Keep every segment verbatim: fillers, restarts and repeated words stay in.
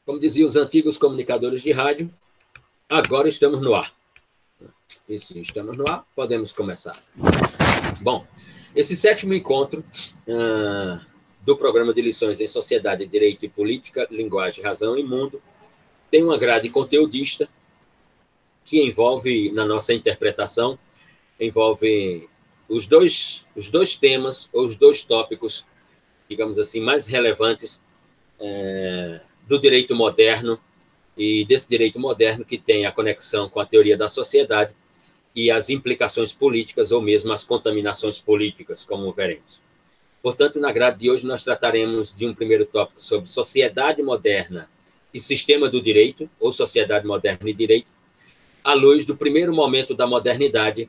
Como diziam os antigos comunicadores de rádio, agora estamos no ar. E se estamos no ar, podemos começar. Bom, esse sétimo encontro uh, do programa de lições em Sociedade, Direito e Política, Linguagem, Razão e Mundo tem uma grade conteudista que envolve, na nossa interpretação, envolve os dois, os dois temas, ou os dois tópicos, digamos assim, mais relevantes é, do direito moderno, e desse direito moderno que tem a conexão com a teoria da sociedade e as implicações políticas, ou mesmo as contaminações políticas, como veremos. Portanto, na grade de hoje, nós trataremos de um primeiro tópico sobre sociedade moderna e sistema do direito, ou sociedade moderna e direito, à luz do primeiro momento da modernidade,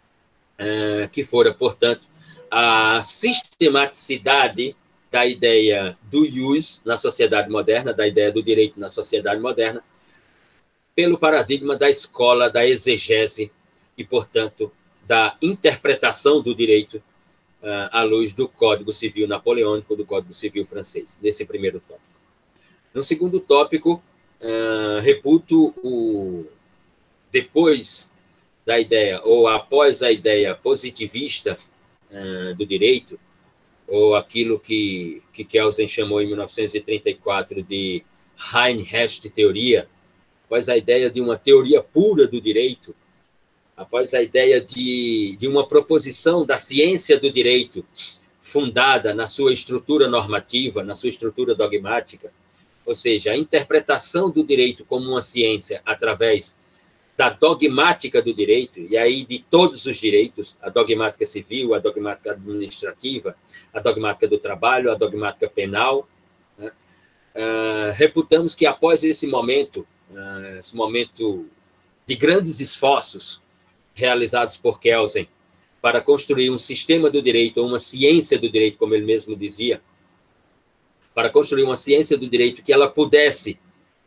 que fora, portanto, a sistematicidade da ideia do ius na sociedade moderna, da ideia do direito na sociedade moderna, pelo paradigma da escola da exegese e, portanto, da interpretação do direito à luz do Código Civil napoleônico, do Código Civil francês, nesse primeiro tópico. No segundo tópico, reputo o depois da ideia, ou após a ideia positivista uh, do direito, ou aquilo que, que Kelsen chamou em mil novecentos e trinta e quatro de Rein-Recht teoria, após a ideia de uma teoria pura do direito, após a ideia de, de uma proposição da ciência do direito fundada na sua estrutura normativa, na sua estrutura dogmática, ou seja, a interpretação do direito como uma ciência através da dogmática do direito, e aí de todos os direitos, a dogmática civil, a dogmática administrativa, a dogmática do trabalho, a dogmática penal, né? uh, reputamos que após esse momento, uh, esse momento de grandes esforços realizados por Kelsen para construir um sistema do direito, ou uma ciência do direito, como ele mesmo dizia, para construir uma ciência do direito que ela pudesse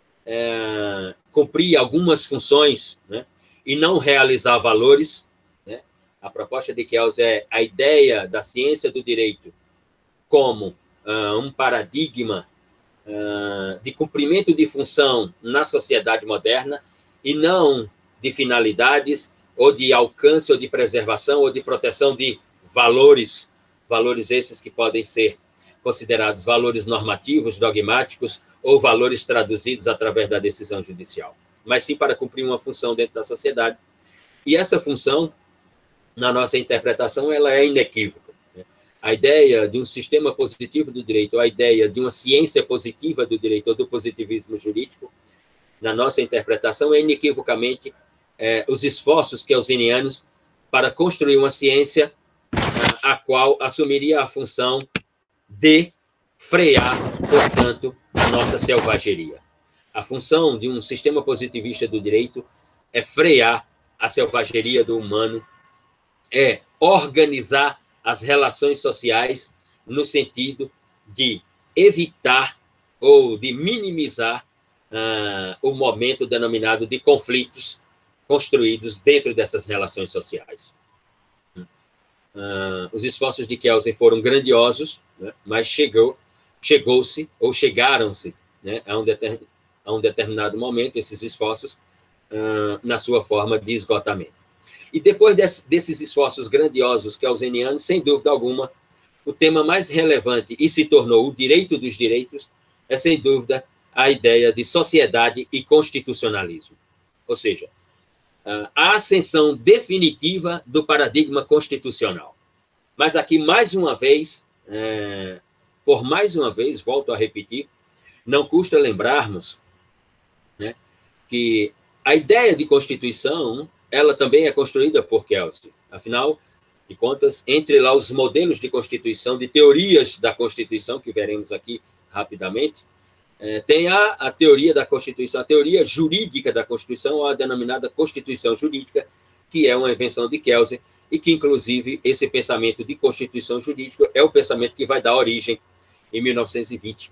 É, cumprir algumas funções, né, e não realizar valores, né? A proposta de Kelsen é a ideia da ciência do direito como uh, um paradigma uh, de cumprimento de função na sociedade moderna e não de finalidades ou de alcance ou de preservação ou de proteção de valores, valores esses que podem ser considerados valores normativos, dogmáticos, ou valores traduzidos através da decisão judicial, mas sim para cumprir uma função dentro da sociedade. E essa função, na nossa interpretação, ela é inequívoca. A ideia de um sistema positivo do direito, ou a ideia de uma ciência positiva do direito, ou do positivismo jurídico, na nossa interpretação, é inequivocamente é, os esforços kelsenianos para construir uma ciência a, a qual assumiria a função de frear, portanto, a nossa selvageria. A função de um sistema positivista do direito é frear a selvageria do humano, é organizar as relações sociais no sentido de evitar ou de minimizar uh, o momento denominado de conflitos construídos dentro dessas relações sociais. Uh, os esforços de Kelsen foram grandiosos, né, mas chegou chegou-se, ou chegaram-se, né, a, um a um determinado momento, esses esforços, uh, na sua forma de esgotamento. E depois desse, desses esforços grandiosos kelsenianos, sem dúvida alguma, o tema mais relevante, e se tornou o direito dos direitos, é, sem dúvida, a ideia de sociedade e constitucionalismo. Ou seja, uh, a ascensão definitiva do paradigma constitucional. Mas aqui, mais uma vez, uh, por mais uma vez, volto a repetir, não custa lembrarmos, né, que a ideia de Constituição, ela também é construída por Kelsen. Afinal de contas, entre lá os modelos de Constituição, de teorias da Constituição, que veremos aqui rapidamente, é, tem a, a teoria da Constituição, a teoria jurídica da Constituição, ou a denominada Constituição Jurídica, que é uma invenção de Kelsen, e que, inclusive, esse pensamento de Constituição Jurídica é o pensamento que vai dar origem, em mil novecentos e vinte,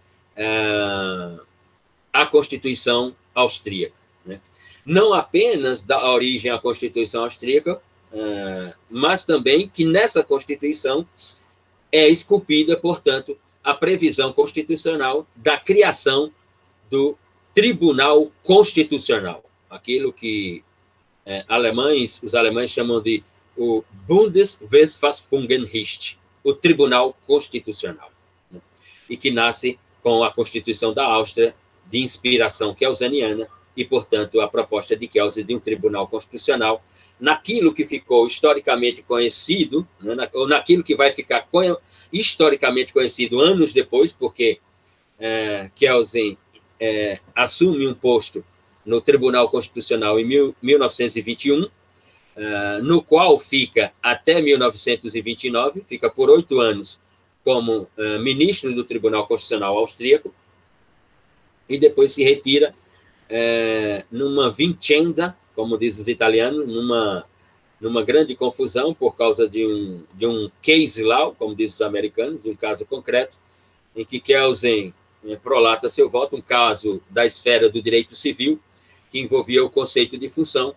à Constituição Austríaca. Né? Não apenas dá origem à Constituição Austríaca, mas também que nessa Constituição é esculpida, portanto, a previsão constitucional da criação do Tribunal Constitucional, aquilo que é, alemães, os alemães chamam de o Bundesverfassungsgericht, o Tribunal Constitucional, né? E que nasce com a Constituição da Áustria, de inspiração kelseniana, e, portanto, a proposta de Kelsen de um Tribunal Constitucional, naquilo que ficou historicamente conhecido, né, na, ou naquilo que vai ficar co historicamente conhecido anos depois, porque é, Kelsen é, assume um posto no Tribunal Constitucional em mil, mil novecentos e vinte e um, uh, no qual fica até mil novecentos e vinte e nove, fica por oito anos como uh, ministro do Tribunal Constitucional austríaco, e depois se retira uh, numa vincenda, como dizem os italianos, numa, numa grande confusão por causa de um, de um case law, como dizem os americanos, um caso concreto, em que Kelsen uh, prolata seu voto, um caso da esfera do direito civil, que envolvia o conceito de função,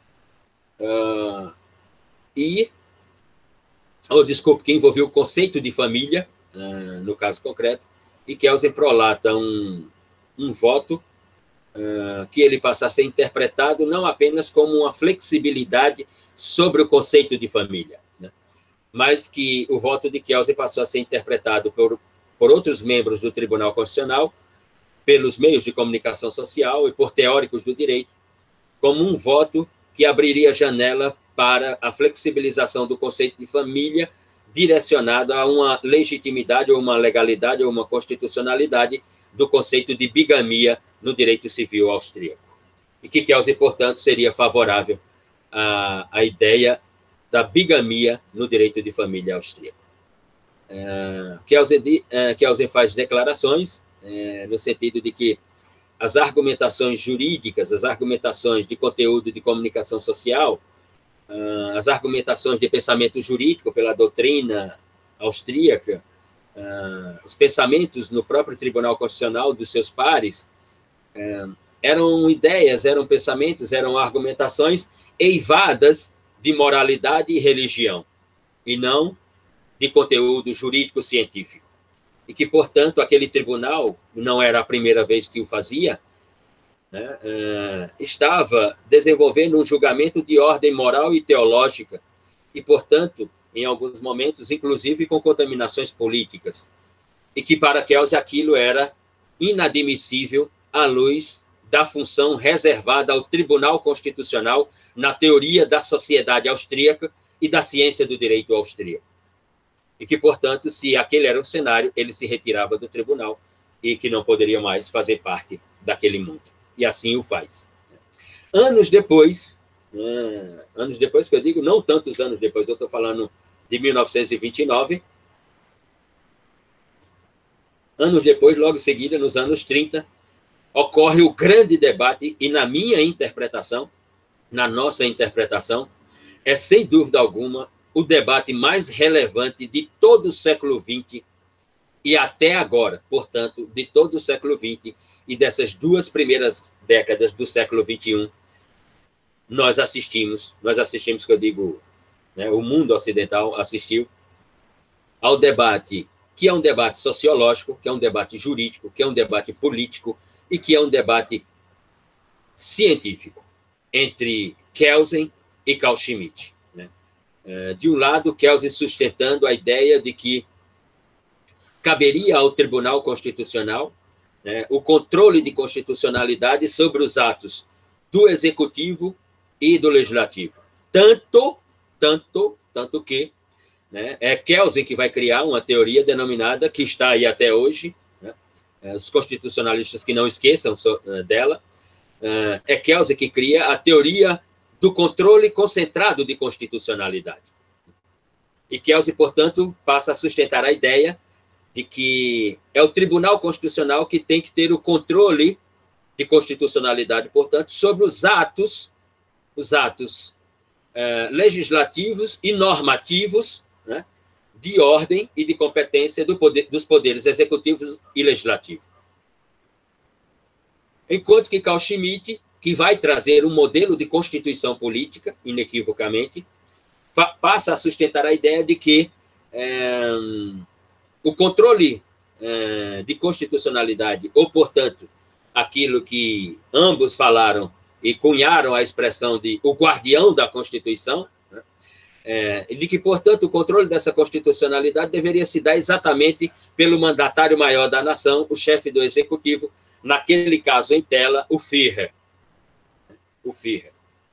uh, e, ou, desculpe, que envolvia o conceito de família, uh, no caso concreto, e Kelsen prolata um, um voto uh, que ele passa a ser interpretado não apenas como uma flexibilidade sobre o conceito de família, né, mas que o voto de Kelsen passou a ser interpretado por, por outros membros do Tribunal Constitucional, pelos meios de comunicação social e por teóricos do direito, como um voto que abriria janela para a flexibilização do conceito de família direcionado a uma legitimidade ou uma legalidade ou uma constitucionalidade do conceito de bigamia no direito civil austríaco. E que Kelsen, portanto, seria favorável à, à ideia da bigamia no direito de família austríaco. Uh, Kelsen, uh, Kelsen faz declarações É, no sentido de que as argumentações jurídicas, as argumentações de conteúdo de comunicação social, uh, as argumentações de pensamento jurídico pela doutrina austríaca, uh, os pensamentos no próprio Tribunal Constitucional dos seus pares, uh, eram ideias, eram pensamentos, eram argumentações eivadas de moralidade e religião, e não de conteúdo jurídico-científico. E que, portanto, aquele tribunal, não era a primeira vez que o fazia, né, uh, estava desenvolvendo um julgamento de ordem moral e teológica, e, portanto, em alguns momentos, inclusive com contaminações políticas, e que para Kelsen aquilo era inadmissível à luz da função reservada ao Tribunal Constitucional na teoria da sociedade austríaca e da ciência do direito austríaco. E que, portanto, se aquele era o cenário, ele se retirava do tribunal e que não poderia mais fazer parte daquele mundo. E assim o faz. Anos depois, né, anos depois que eu digo, não tantos anos depois, eu estou falando de mil novecentos e vinte e nove, anos depois, logo em seguida, nos anos trinta, ocorre o grande debate, e na minha interpretação, na nossa interpretação, é, sem dúvida alguma, o debate mais relevante de todo o século vinte e até agora, portanto, de todo o século vinte e dessas duas primeiras décadas do século vinte e um, nós assistimos, nós assistimos, que eu digo, né, o mundo ocidental assistiu ao debate, que é um debate sociológico, que é um debate jurídico, que é um debate político e que é um debate científico entre Kelsen e Carl Schmitt. De um lado, Kelsen sustentando a ideia de que caberia ao Tribunal Constitucional, né, o controle de constitucionalidade sobre os atos do Executivo e do Legislativo. Tanto, tanto, tanto que, né, é Kelsen que vai criar uma teoria denominada, que está aí até hoje, né, os constitucionalistas que não esqueçam dela, é Kelsen que cria a teoria do controle concentrado de constitucionalidade. E Kelsen, portanto, passa a sustentar a ideia de que é o Tribunal Constitucional que tem que ter o controle de constitucionalidade, portanto, sobre os atos, os atos eh, legislativos e normativos, né, de ordem e de competência do poder, dos poderes executivos e legislativos. Enquanto que Carl Schmitt, que vai trazer um modelo de constituição política, inequivocamente, pa passa a sustentar a ideia de que é, o controle é, de constitucionalidade, ou, portanto, aquilo que ambos falaram e cunharam a expressão de o guardião da Constituição, né? É, de que, portanto, o controle dessa constitucionalidade deveria se dar exatamente pelo mandatário maior da nação, o chefe do executivo, naquele caso em tela, o Führer. O Führer.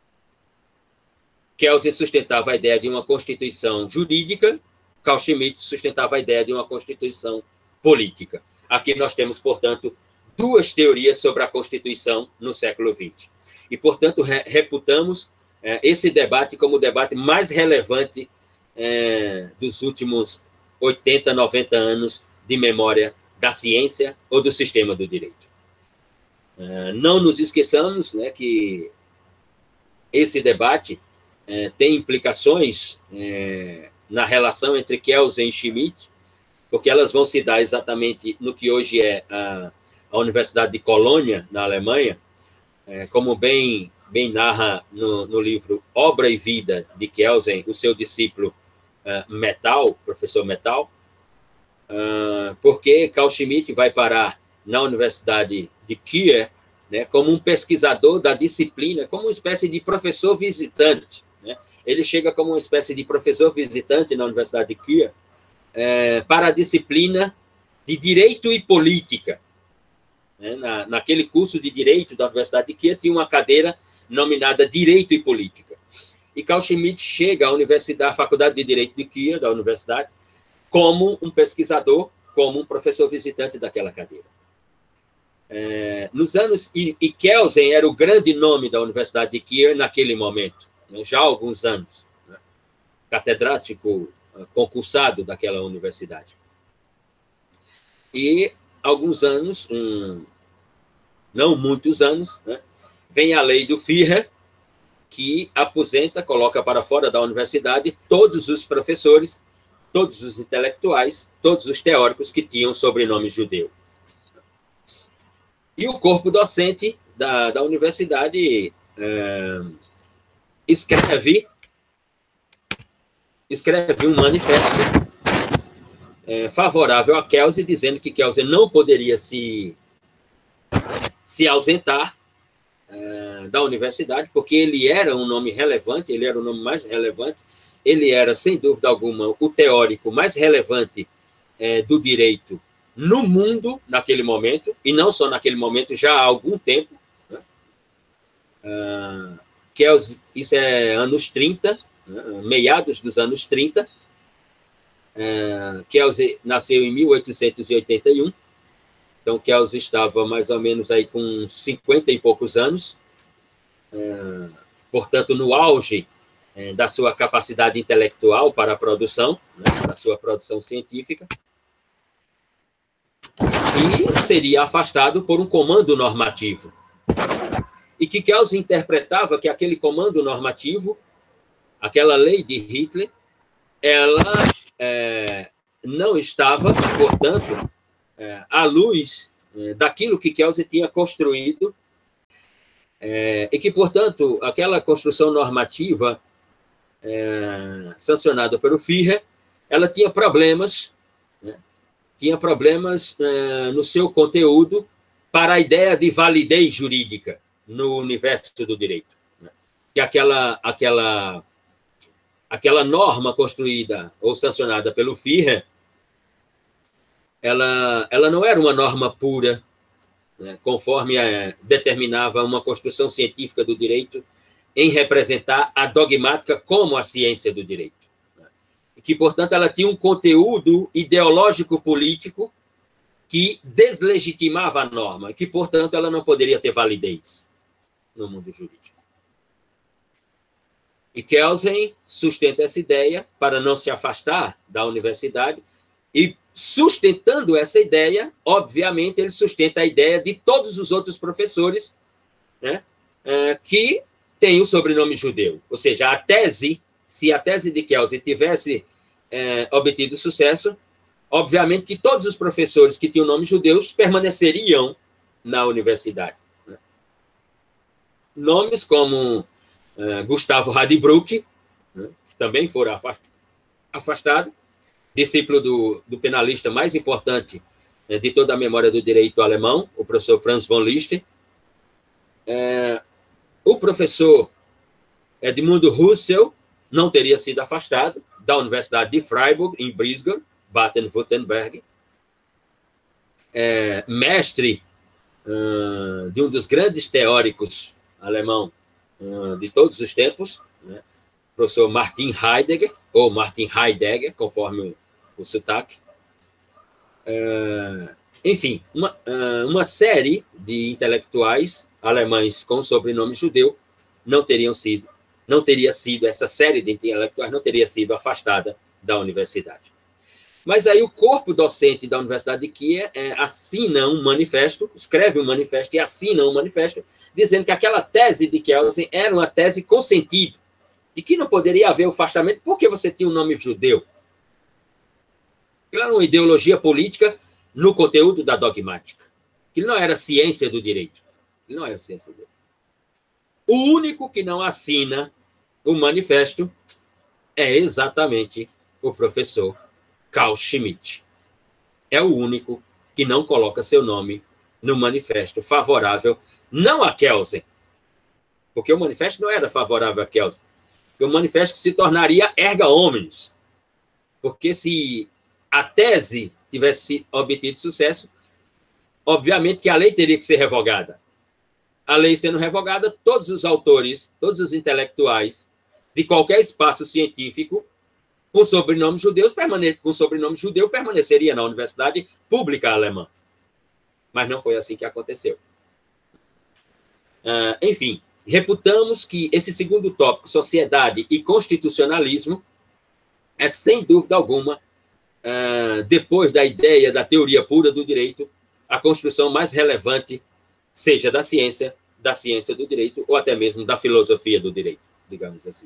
Kelsen sustentava a ideia de uma constituição jurídica, Carl Schmitt sustentava a ideia de uma constituição política. Aqui nós temos, portanto, duas teorias sobre a Constituição no século vinte. E, portanto, re reputamos é, esse debate como o debate mais relevante é, dos últimos oitenta, noventa anos de memória da ciência ou do sistema do direito. É, não nos esqueçamos, né, que esse debate é, tem implicações é, na relação entre Kelsen e Schmitt, porque elas vão se dar exatamente no que hoje é a, a Universidade de Colônia, na Alemanha, é, como bem, bem narra no, no livro Obra e Vida de Kelsen, o seu discípulo uh, Mettal, professor Mettal, uh, porque Carl Schmitt vai parar na Universidade de Kiel, né, como um pesquisador da disciplina, como uma espécie de professor visitante, né? Ele chega como uma espécie de professor visitante na Universidade de Kiel, é, para a disciplina de Direito e Política. Na, naquele curso de Direito da Universidade de Kiel, tinha uma cadeira nominada Direito e Política. E Carl Schmitt chega à Universidade, à Faculdade de Direito de Kiel, da Universidade, como um pesquisador, como um professor visitante daquela cadeira. É, nos anos... E, e Kelsen era o grande nome da Universidade de Kiel naquele momento, né, já há alguns anos, né, catedrático concursado daquela universidade. E alguns anos, um, não muitos anos, né, vem a lei do Führer, que aposenta, coloca para fora da universidade todos os professores, todos os intelectuais, todos os teóricos que tinham sobrenome judeu. E o corpo docente da, da universidade é, escreve, escreve um manifesto é, favorável a Kelsen, dizendo que Kelsen não poderia se, se ausentar é, da universidade, porque ele era um nome relevante, ele era o nome mais relevante, ele era, sem dúvida alguma, o teórico mais relevante é, do direito no mundo naquele momento, e não só naquele momento, já há algum tempo. Né? Uh, Kelsen, isso é anos trinta, né? Meados dos anos trinta. Uh, Kelsen nasceu em mil oitocentos e oitenta e um, então Kelsen estava mais ou menos aí com cinquenta e poucos anos, uh, portanto, no auge uh, da sua capacidade intelectual para a produção, né? Para a sua produção científica, e seria afastado por um comando normativo. E que Kelsen interpretava que aquele comando normativo, aquela lei de Hitler, ela é, não estava, portanto, é, à luz é, daquilo que Kelsen tinha construído, é, e que, portanto, aquela construção normativa é, sancionada pelo Führer, ela tinha problemas, né? tinha problemas uh, no seu conteúdo para a ideia de validez jurídica no universo do direito. Né? Que aquela, aquela, aquela norma construída ou sancionada pelo Führer, ela, ela não era uma norma pura, né? Conforme a, determinava uma construção científica do direito em representar a dogmática como a ciência do direito. Que, portanto, ela tinha um conteúdo ideológico-político que deslegitimava a norma, que, portanto, ela não poderia ter validez no mundo jurídico. E Kelsen sustenta essa ideia para não se afastar da universidade, e, sustentando essa ideia, obviamente, ele sustenta a ideia de todos os outros professores, né, que têm o sobrenome judeu. Ou seja, a tese, se a tese de Kelsen tivesse É, obtido sucesso, obviamente que todos os professores que tinham nomes judeus permaneceriam na universidade. Né? Nomes como uh, Gustavo Radbruch, né, que também foram afastado, discípulo do, do penalista mais importante editor da Memória do Direito Alemão, o professor Franz von Liszt. É, o professor Edmundo Husserl não teria sido afastado da Universidade de Freiburg, em Brisgau, Baden-Württemberg. É, mestre uh, de um dos grandes teóricos alemão uh, de todos os tempos, né? Professor Martin Heidegger, ou Martin Heidegger, conforme o, o sotaque. Uh, enfim, uma, uh, uma série de intelectuais alemães com sobrenome judeu não teriam sido, não teria sido, essa série de intelectuais não teria sido afastada da universidade. Mas aí o corpo docente da Universidade de Kiev é, assina um manifesto, escreve um manifesto e assina um manifesto, dizendo que aquela tese de Kelsen era uma tese consentida, e que não poderia haver o afastamento porque você tinha um nome judeu. Aquilo era uma ideologia política no conteúdo da dogmática. Aquilo não era ciência do direito. Aquilo não era ciência do direito. O único que não assina o manifesto é exatamente o professor Carl Schmitt. É o único que não coloca seu nome no manifesto favorável, não a Kelsen, porque o manifesto não era favorável a Kelsen, porque o manifesto se tornaria erga omnes, porque se a tese tivesse obtido sucesso, obviamente que a lei teria que ser revogada. A lei sendo revogada, todos os autores, todos os intelectuais de qualquer espaço científico com sobrenome judeu, permane... com sobrenome judeu permaneceria na universidade pública alemã. Mas não foi assim que aconteceu. Uh, enfim, reputamos que esse segundo tópico, sociedade e constitucionalismo, é, sem dúvida alguma, uh, depois da ideia da teoria pura do direito, a construção mais relevante, seja da ciência, da ciência do direito, ou até mesmo da filosofia do direito, digamos assim.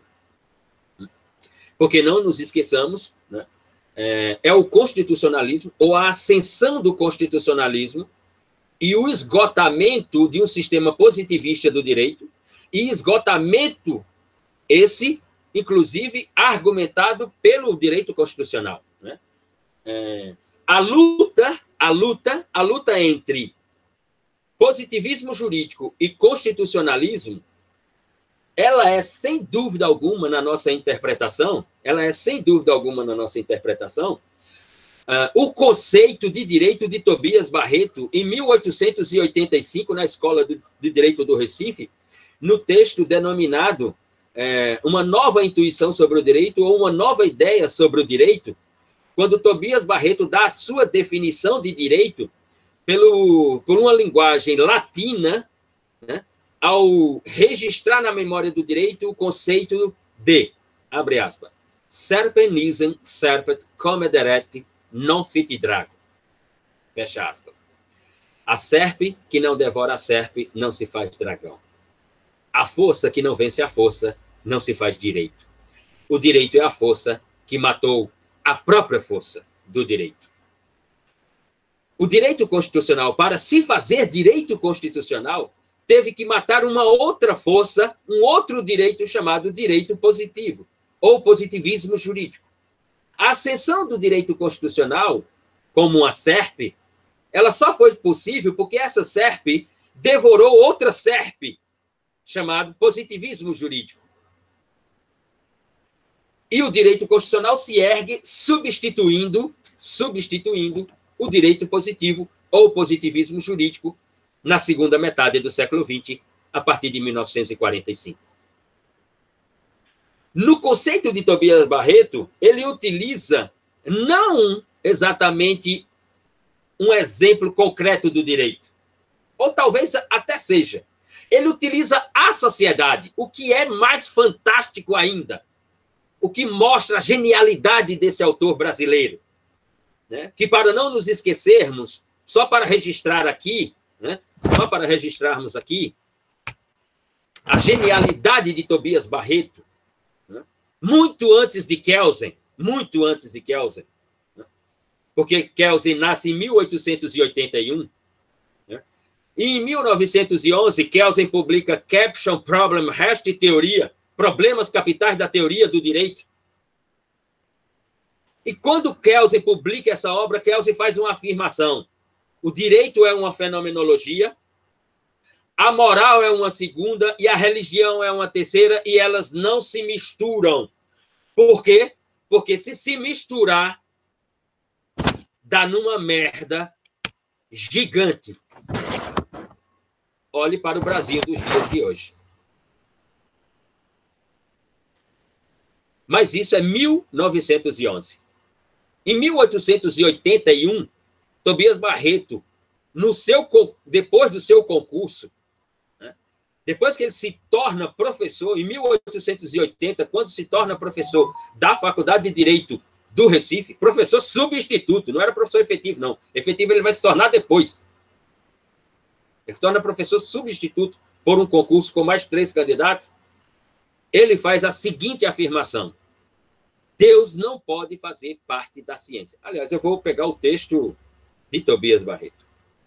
Porque não nos esqueçamos, né, é, é o constitucionalismo, ou a ascensão do constitucionalismo, e o esgotamento de um sistema positivista do direito, e esgotamento esse, inclusive, argumentado pelo direito constitucional. Né? É, a luta, a luta, a luta entre positivismo jurídico e constitucionalismo, ela é, sem dúvida alguma, na nossa interpretação, ela é, sem dúvida alguma, na nossa interpretação, uh, o conceito de direito de Tobias Barreto, em mil oitocentos e oitenta e cinco, na Escola de Direito do Recife, no texto denominado é, Uma Nova Intuição sobre o Direito, ou Uma Nova Ideia sobre o Direito, quando Tobias Barreto dá a sua definição de direito pelo, por uma linguagem latina, né, ao registrar na memória do direito o conceito de, abre aspas, serpem nisem serpet comederet non fit drago. Fecha aspas. A serpe que não devora a serpe não se faz dragão. A força que não vence a força não se faz direito. O direito é a força que matou a própria força do direito. O direito constitucional, para se fazer direito constitucional, teve que matar uma outra força, um outro direito chamado direito positivo, ou positivismo jurídico. A ascensão do direito constitucional, como uma serpe, ela só foi possível porque essa serpe devorou outra serpe, chamado positivismo jurídico. E o direito constitucional se ergue substituindo, substituindo o direito positivo ou positivismo jurídico na segunda metade do século vinte, a partir de mil novecentos e quarenta e cinco. No conceito de Tobias Barreto, ele utiliza não exatamente um exemplo concreto do direito, ou talvez até seja. Ele utiliza a sociedade, o que é mais fantástico ainda, o que mostra a genialidade desse autor brasileiro, né? Que, para não nos esquecermos, só para registrar aqui, né? Só para registrarmos aqui a genialidade de Tobias Barreto, né? Muito antes de Kelsen, muito antes de Kelsen, né? Porque Kelsen nasce em mil oitocentos e oitenta e um, né? E em mil novecentos e onze, Kelsen publica Caption Problem Recht Teoria, Problemas Capitais da Teoria do Direito. E quando Kelsen publica essa obra, Kelsen faz uma afirmação. o direito é uma fenomenologia, a moral é uma segunda e a religião é uma terceira, e elas não se misturam. Por quê? Porque se se misturar, dá numa merda gigante. Olhe para o Brasil dos dias de hoje. Mas isso é mil novecentos e onze. Em mil oitocentos e oitenta e um, Tobias Barreto, no seu, depois do seu concurso, né, depois que ele se torna professor, em mil oitocentos e oitenta, quando se torna professor da Faculdade de Direito do Recife, professor substituto, não era professor efetivo, não. Efetivo ele vai se tornar depois. Ele se torna professor substituto por um concurso com mais três candidatos. Ele faz a seguinte afirmação: Deus não pode fazer parte da ciência. Aliás, eu vou pegar o texto de Tobias Barreto.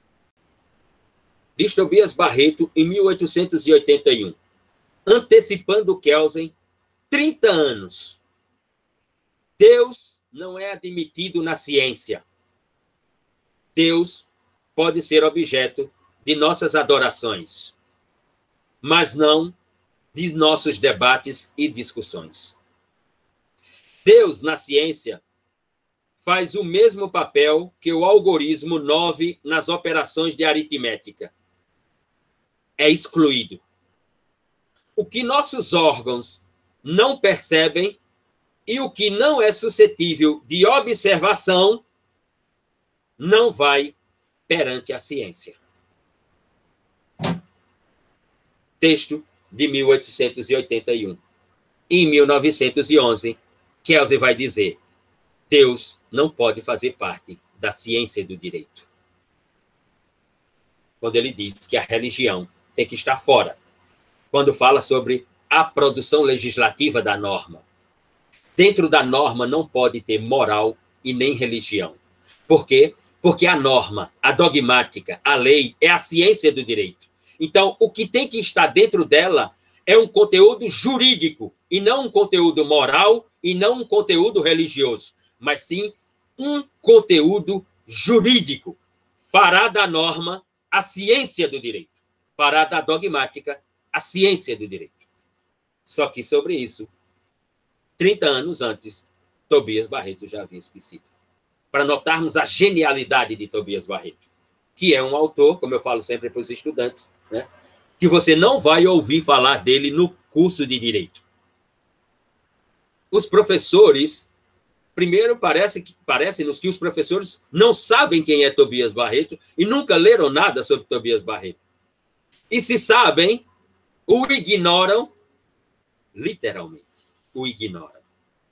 Diz Tobias Barreto, em mil oitocentos e oitenta e um, antecipando Kelsen trinta anos. Deus não é admitido na ciência. Deus pode ser objeto de nossas adorações, mas não de nossos debates e discussões. Deus, na ciência, faz o mesmo papel que o algoritmo nove nas operações de aritmética. É excluído. O que nossos órgãos não percebem e o que não é suscetível de observação não vai perante a ciência. Texto de mil oitocentos e oitenta e um. Em mil novecentos e onze, Kelsen vai dizer: Deus não pode fazer parte da ciência do direito. Quando ele diz que a religião tem que estar fora. Quando fala sobre a produção legislativa da norma. Dentro da norma não pode ter moral e nem religião. Por quê? Porque a norma, a dogmática, a lei é a ciência do direito. Então, o que tem que estar dentro dela é um conteúdo jurídico, e não um conteúdo moral, e não um conteúdo religioso, mas sim um conteúdo jurídico. Fará da norma a ciência do direito. Fará da dogmática a ciência do direito. Só que sobre isso, trinta anos antes, Tobias Barreto já havia esquecido. Para notarmos a genialidade de Tobias Barreto, que é um autor, como eu falo sempre para os estudantes, né, que você não vai ouvir falar dele no curso de Direito. Os professores, primeiro, parece que, parece-nos que os professores não sabem quem é Tobias Barreto e nunca leram nada sobre Tobias Barreto. E se sabem, o ignoram, literalmente, o ignoram.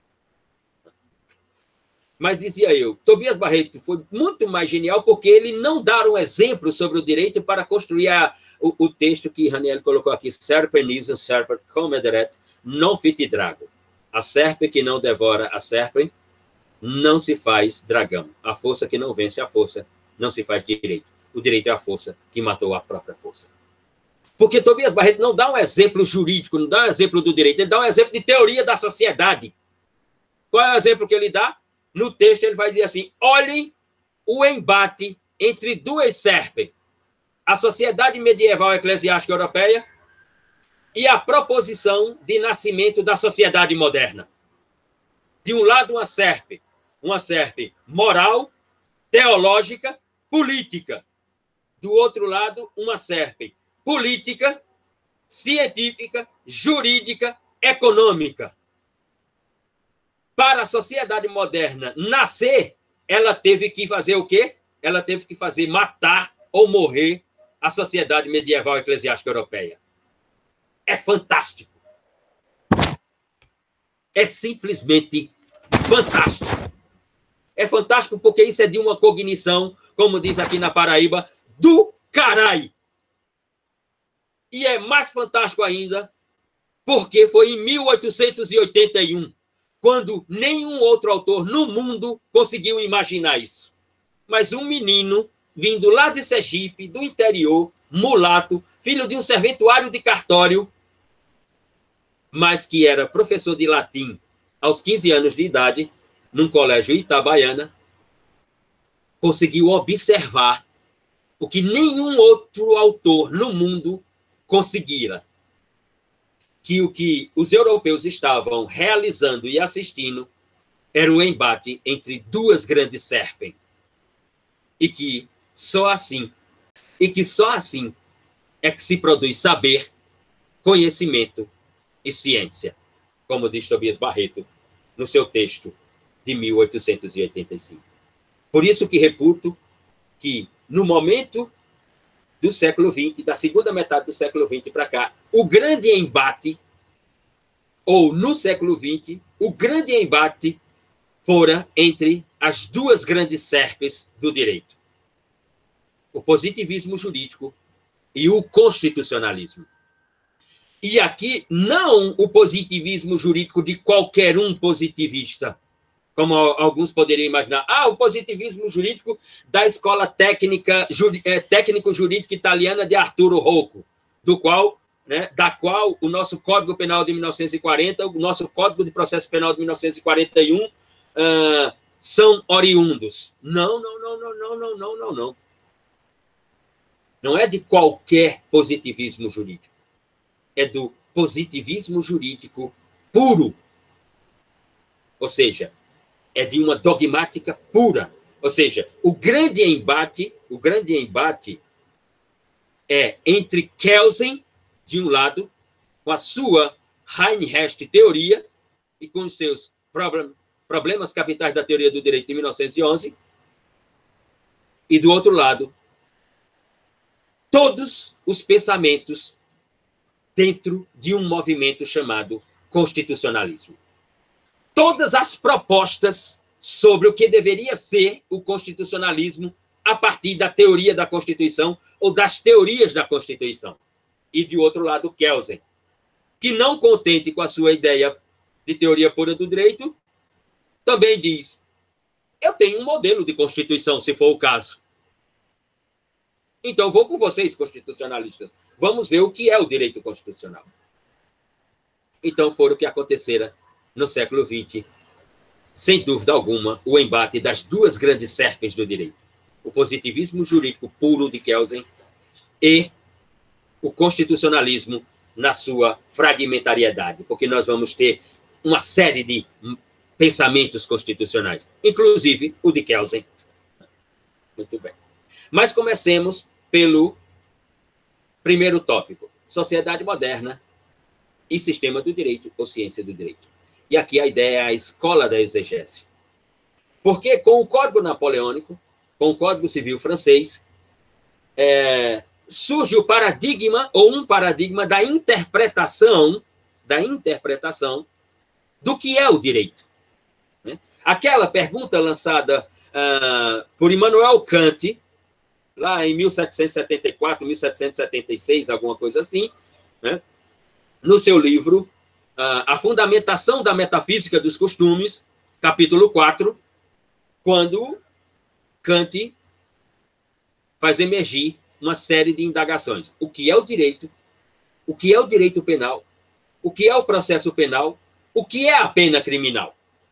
Mas dizia eu, Tobias Barreto foi muito mais genial porque ele não dá um exemplo sobre o direito para construir a, o, o texto que Raniel colocou aqui: Serpe nisum serpent comederet non fit drago. A serpe que não devora a serpe não se faz dragão. A força que não vence a força não se faz direito. O direito é a força que matou a própria força. Porque Tobias Barreto não dá um exemplo jurídico, não dá um exemplo do direito, ele dá um exemplo de teoria da sociedade. Qual é o exemplo que ele dá? No texto ele vai dizer assim: olhem o embate entre duas serpes, a sociedade medieval eclesiástica europeia e a proposição de nascimento da sociedade moderna. De um lado, uma serpe, uma serpe moral, teológica, política. Do outro lado, uma serpe política, científica, jurídica, econômica. Para a sociedade moderna nascer, ela teve que fazer o quê? Ela teve que fazer matar ou morrer a sociedade medieval eclesiástica europeia. É fantástico. É simplesmente fantástico. É fantástico porque isso é de uma cognição, como diz aqui na Paraíba, do carai. E é mais fantástico ainda porque foi em mil oitocentos e oitenta e um, quando nenhum outro autor no mundo conseguiu imaginar isso. Mas um menino vindo lá de Sergipe, do interior, mulato, filho de um serventuário de cartório, mas que era professor de latim aos quinze anos de idade, num colégio Itabaiana, conseguiu observar o que nenhum outro autor no mundo conseguira, que o que os europeus estavam realizando e assistindo era o embate entre duas grandes serpens, e que só assim, e que só assim é que se produz saber, conhecimento e ciência, como diz Tobias Barreto no seu texto de mil oitocentos e oitenta e cinco. Por isso que reputo que, no momento do século vinte, da segunda metade do século vinte para cá, o grande embate, ou no século vinte, o grande embate fora entre as duas grandes serpes do direito: o positivismo jurídico e o constitucionalismo. E aqui, não o positivismo jurídico de qualquer um positivista, como alguns poderiam imaginar. Ah, o positivismo jurídico da escola técnica, é, técnico-jurídica italiana de Arturo Rocco, do qual, né, da qual o nosso Código Penal de mil novecentos e quarenta, o nosso Código de Processo Penal de mil novecentos e quarenta e um uh, são oriundos. Não, não, não, não, não, não, não, não, não. Não é de qualquer positivismo jurídico. É do positivismo jurídico puro. Ou seja, é de uma dogmática pura. Ou seja, o grande embate, o grande embate é entre Kelsen, de um lado, com a sua Reinhest teoria e com os seus problem, problemas capitais da teoria do direito de mil novecentos e onze, e do outro lado, todos os pensamentos dentro de um movimento chamado constitucionalismo. Todas as propostas sobre o que deveria ser o constitucionalismo a partir da teoria da Constituição ou das teorias da Constituição. E, de outro lado, Kelsen, que, não contente com a sua ideia de teoria pura do direito, também diz: eu tenho um modelo de Constituição, se for o caso. Então, vou com vocês, constitucionalistas. Vamos ver o que é o direito constitucional. Então, foi o que acontecera no século vinte, sem dúvida alguma, o embate das duas grandes serpes do direito: o positivismo jurídico puro de Kelsen e o constitucionalismo na sua fragmentariedade, porque nós vamos ter uma série de pensamentos constitucionais, inclusive o de Kelsen. Muito bem. Mas comecemos pelo primeiro tópico: sociedade moderna e sistema do direito ou ciência do direito. E aqui a ideia é a escola da exegese. Porque com o Código Napoleônico, com o Código Civil francês, é, surge o paradigma, ou um paradigma da interpretação, da interpretação do que é o direito. Né? Aquela pergunta lançada uh, por Immanuel Kant, lá em mil setecentos e setenta e quatro, mil setecentos e setenta e seis, alguma coisa assim, né? No seu livro A Fundamentação da Metafísica dos Costumes, capítulo quatro, quando Kant faz emergir uma série de indagações. O que é o direito? O que é o direito penal? O que é o processo penal? O que é a pena criminal?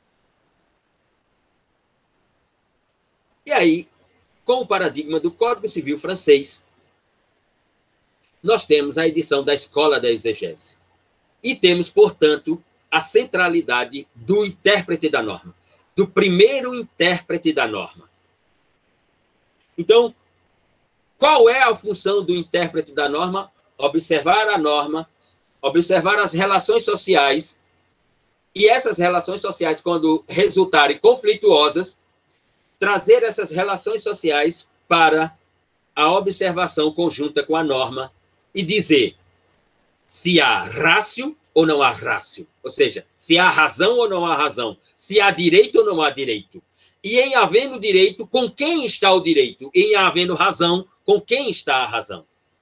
E aí, com o paradigma do Código Civil francês, nós temos a edição da Escola da Exegese. E temos, portanto, a centralidade do intérprete da norma, do primeiro intérprete da norma. Então, qual é a função do intérprete da norma? Observar a norma, observar as relações sociais, e essas relações sociais, quando resultarem conflituosas, trazer essas relações sociais para a observação conjunta com a norma e dizer se há rácio ou não há rácio, ou seja, se há razão ou não há razão, se há direito ou não há direito. E em havendo direito, com quem está o direito? E em havendo razão, com quem está a razão?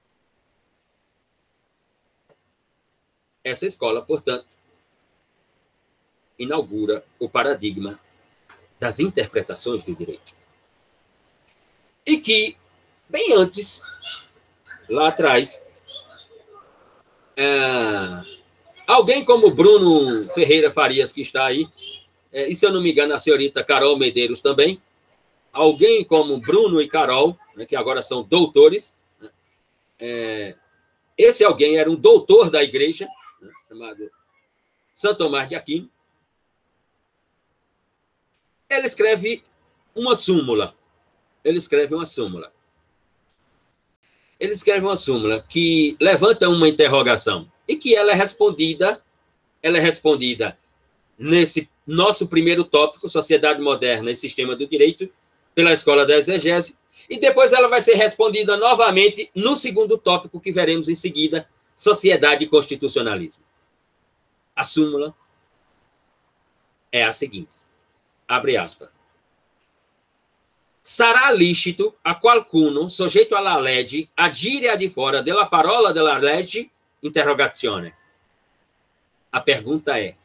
Essa escola, portanto, inaugura o paradigma das interpretações do direito. E que, bem antes, lá atrás, é, alguém como Bruno Ferreira Farias, que está aí, é, e se eu não me engano, a senhorita Carol Medeiros também, alguém como Bruno e Carol, né, que agora são doutores, né, é, esse alguém era um doutor da igreja, né, chamado Santo Tomás de Aquino. Ele escreve uma súmula. Ele escreve uma súmula. Ele escreve uma súmula que levanta uma interrogação e que ela é respondida, ela é respondida nesse nosso primeiro tópico, Sociedade Moderna e Sistema do Direito, pela Escola da Exegese, e depois ela vai ser respondida novamente no segundo tópico que veremos em seguida, Sociedade e Constitucionalismo. A súmula é a seguinte, abre aspas. Sarà licito a qualcuno soggetto alla legge agire al di fuori della parola della legge? Interrogazione. A pergunta é: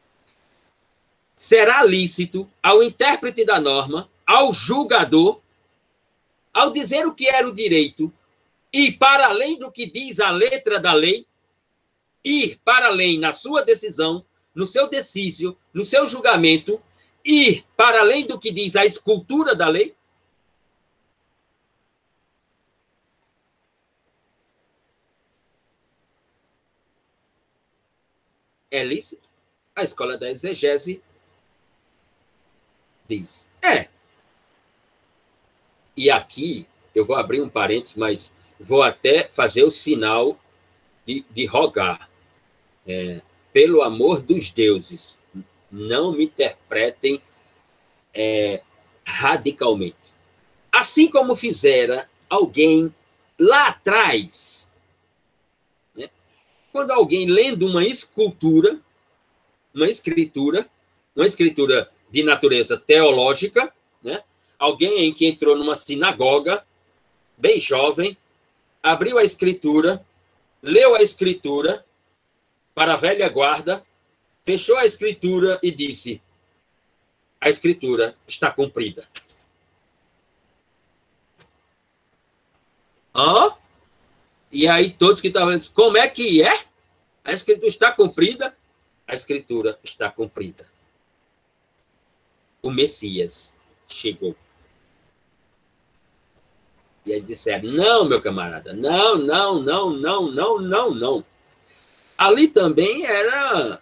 será lícito ao intérprete da norma, ao julgador, ao dizer o que era o direito, ir para além do que diz a letra da lei, ir para além na sua decisão, no seu decísio, no seu julgamento, ir para além do que diz a escultura da lei? É lícito? A Escola da Exegese diz, é. E aqui, eu vou abrir um parênteses, mas vou até fazer o sinal de, de rogar. É, pelo amor dos deuses, não me interpretem é, radicalmente. Assim como fizera alguém lá atrás, né? Quando alguém lendo uma escultura, uma escritura, uma escritura de natureza teológica, né? Alguém que entrou numa sinagoga, bem jovem, abriu a escritura, leu a escritura para a velha guarda, fechou a escritura e disse, a escritura está cumprida. Hã? E aí todos que estavam dizendo, como é que é? A escritura está cumprida? A escritura está cumprida. O Messias chegou. E aí disseram, não, meu camarada, não, não, não, não, não, não, não. Ali também era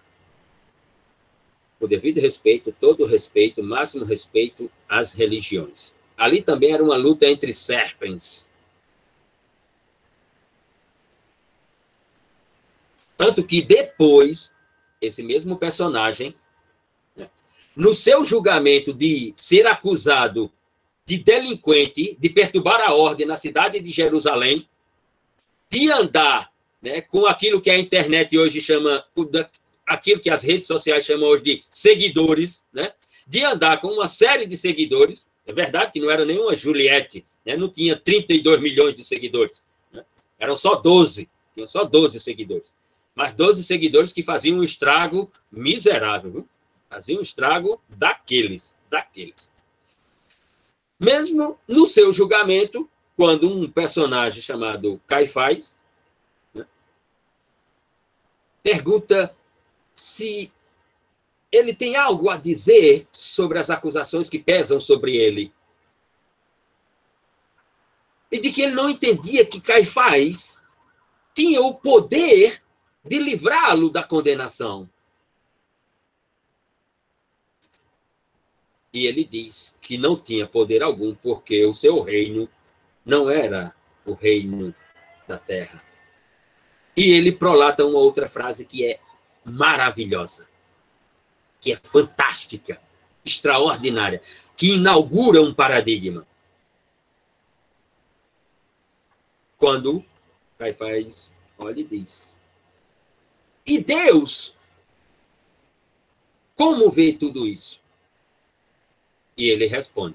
o devido respeito, todo o respeito, o máximo respeito às religiões. Ali também era uma luta entre serpens. Tanto que depois, esse mesmo personagem, né, no seu julgamento de ser acusado de delinquente, de perturbar a ordem na cidade de Jerusalém, de andar, né, com aquilo que a internet hoje chama, aquilo que as redes sociais chamam hoje de seguidores, né, de andar com uma série de seguidores. É verdade que não era nenhuma Juliette, né, não tinha trinta e dois milhões de seguidores, né, eram só doze, tinham só doze seguidores. Mas doze seguidores que faziam um estrago miserável, viu? Faziam um estrago daqueles, daqueles. Mesmo no seu julgamento, quando um personagem chamado Caifás, né, pergunta se ele tem algo a dizer sobre as acusações que pesam sobre ele. E de que ele não entendia que Caifás tinha o poder de livrá-lo da condenação. E ele diz que não tinha poder algum, porque o seu reino não era o reino da terra. E ele prolata uma outra frase que é maravilhosa, que é fantástica, extraordinária, que inaugura um paradigma. Quando Caifás olha e diz, e Deus, como vê tudo isso? E ele responde,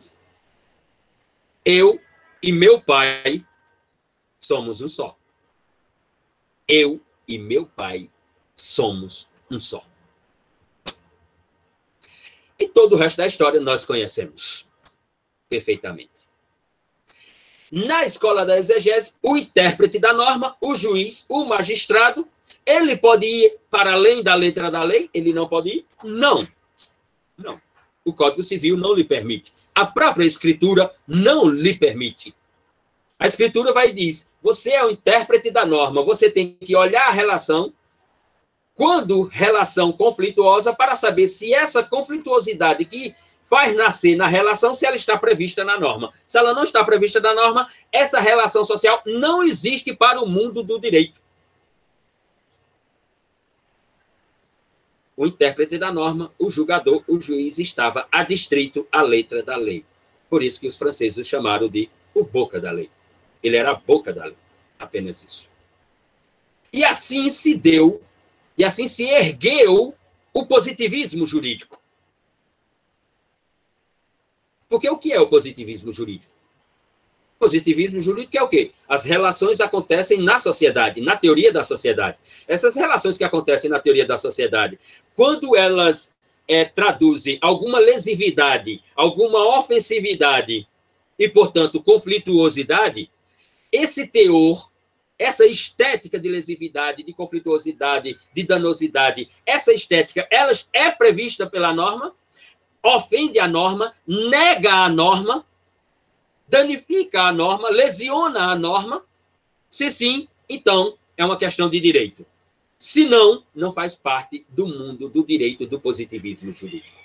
eu e meu pai somos um só. Eu e meu pai somos um só. E todo o resto da história nós conhecemos perfeitamente. Na escola da exegese, o intérprete da norma, o juiz, o magistrado, ele pode ir para além da letra da lei? Ele não pode ir? Não. Não. O Código Civil não lhe permite. A própria Escritura não lhe permite. A Escritura vai e diz, você é o intérprete da norma, você tem que olhar a relação, quando relação conflituosa, para saber se essa conflituosidade que faz nascer na relação, se ela está prevista na norma. Se ela não está prevista na norma, essa relação social não existe para o mundo do direito. O intérprete da norma, o julgador, o juiz, estava adstrito à letra da lei. Por isso que os franceses o chamaram de o boca da lei. Ele era a boca da lei. Apenas isso. E assim se deu, e assim se ergueu o positivismo jurídico. Porque o que é o positivismo jurídico? O positivismo jurídico é o quê? As relações acontecem na sociedade, na teoria da sociedade. Essas relações que acontecem na teoria da sociedade, quando elas é, traduzem alguma lesividade, alguma ofensividade e, portanto, conflituosidade, esse teor, essa estética de lesividade, de conflituosidade, de danosidade, essa estética, ela é prevista pela norma, ofende a norma, nega a norma, danifica a norma, lesiona a norma. Se sim, então é uma questão de direito. Se não, não faz parte do mundo do direito do positivismo jurídico.